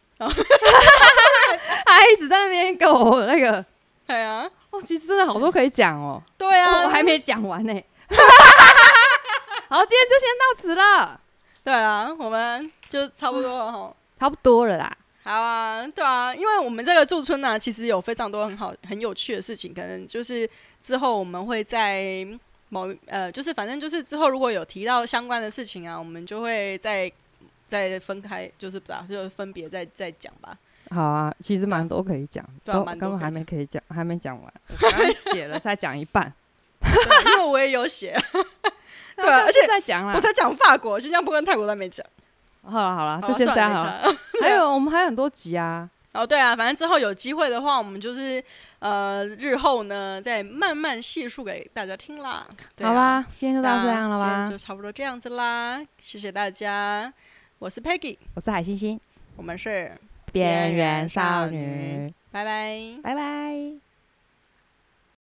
[SPEAKER 2] 他一直在那边跟我那个，
[SPEAKER 1] 对啊，
[SPEAKER 2] 其实真的好多可以讲哦。
[SPEAKER 1] 对啊，
[SPEAKER 2] 我还没讲完呢。好，今天就先到此了。
[SPEAKER 1] 对啊，我们就差不多了哈。
[SPEAKER 2] 差不多了啦。
[SPEAKER 1] 好啊，对啊，因为我们这个驻村呢，其实有非常多很有趣的事情，可能就是之后我们会在就是反正就是之后如果有提到相关的事情啊，我们就会再分开，就是就分别再讲吧。
[SPEAKER 2] 好啊，其实蛮多可以讲，根本还没可以讲，还没讲完。我刚写了才讲一半。
[SPEAKER 1] 因为我也有写。对啊，而且我才讲法国、新加坡跟泰国都没讲。
[SPEAKER 2] 好了，就先这样好了。我们还有很多集啊。
[SPEAKER 1] 对啊，反正之后有机会的话，我们就是日后呢再慢慢细数给大家听啦。
[SPEAKER 2] 好啦，今天就到这样了吧？
[SPEAKER 1] 今天就差不多这样子啦，谢谢大家。我是 Peggy，
[SPEAKER 2] 我是海星星，
[SPEAKER 1] 我们是
[SPEAKER 2] 边缘少女，
[SPEAKER 1] 拜拜，
[SPEAKER 2] 拜拜。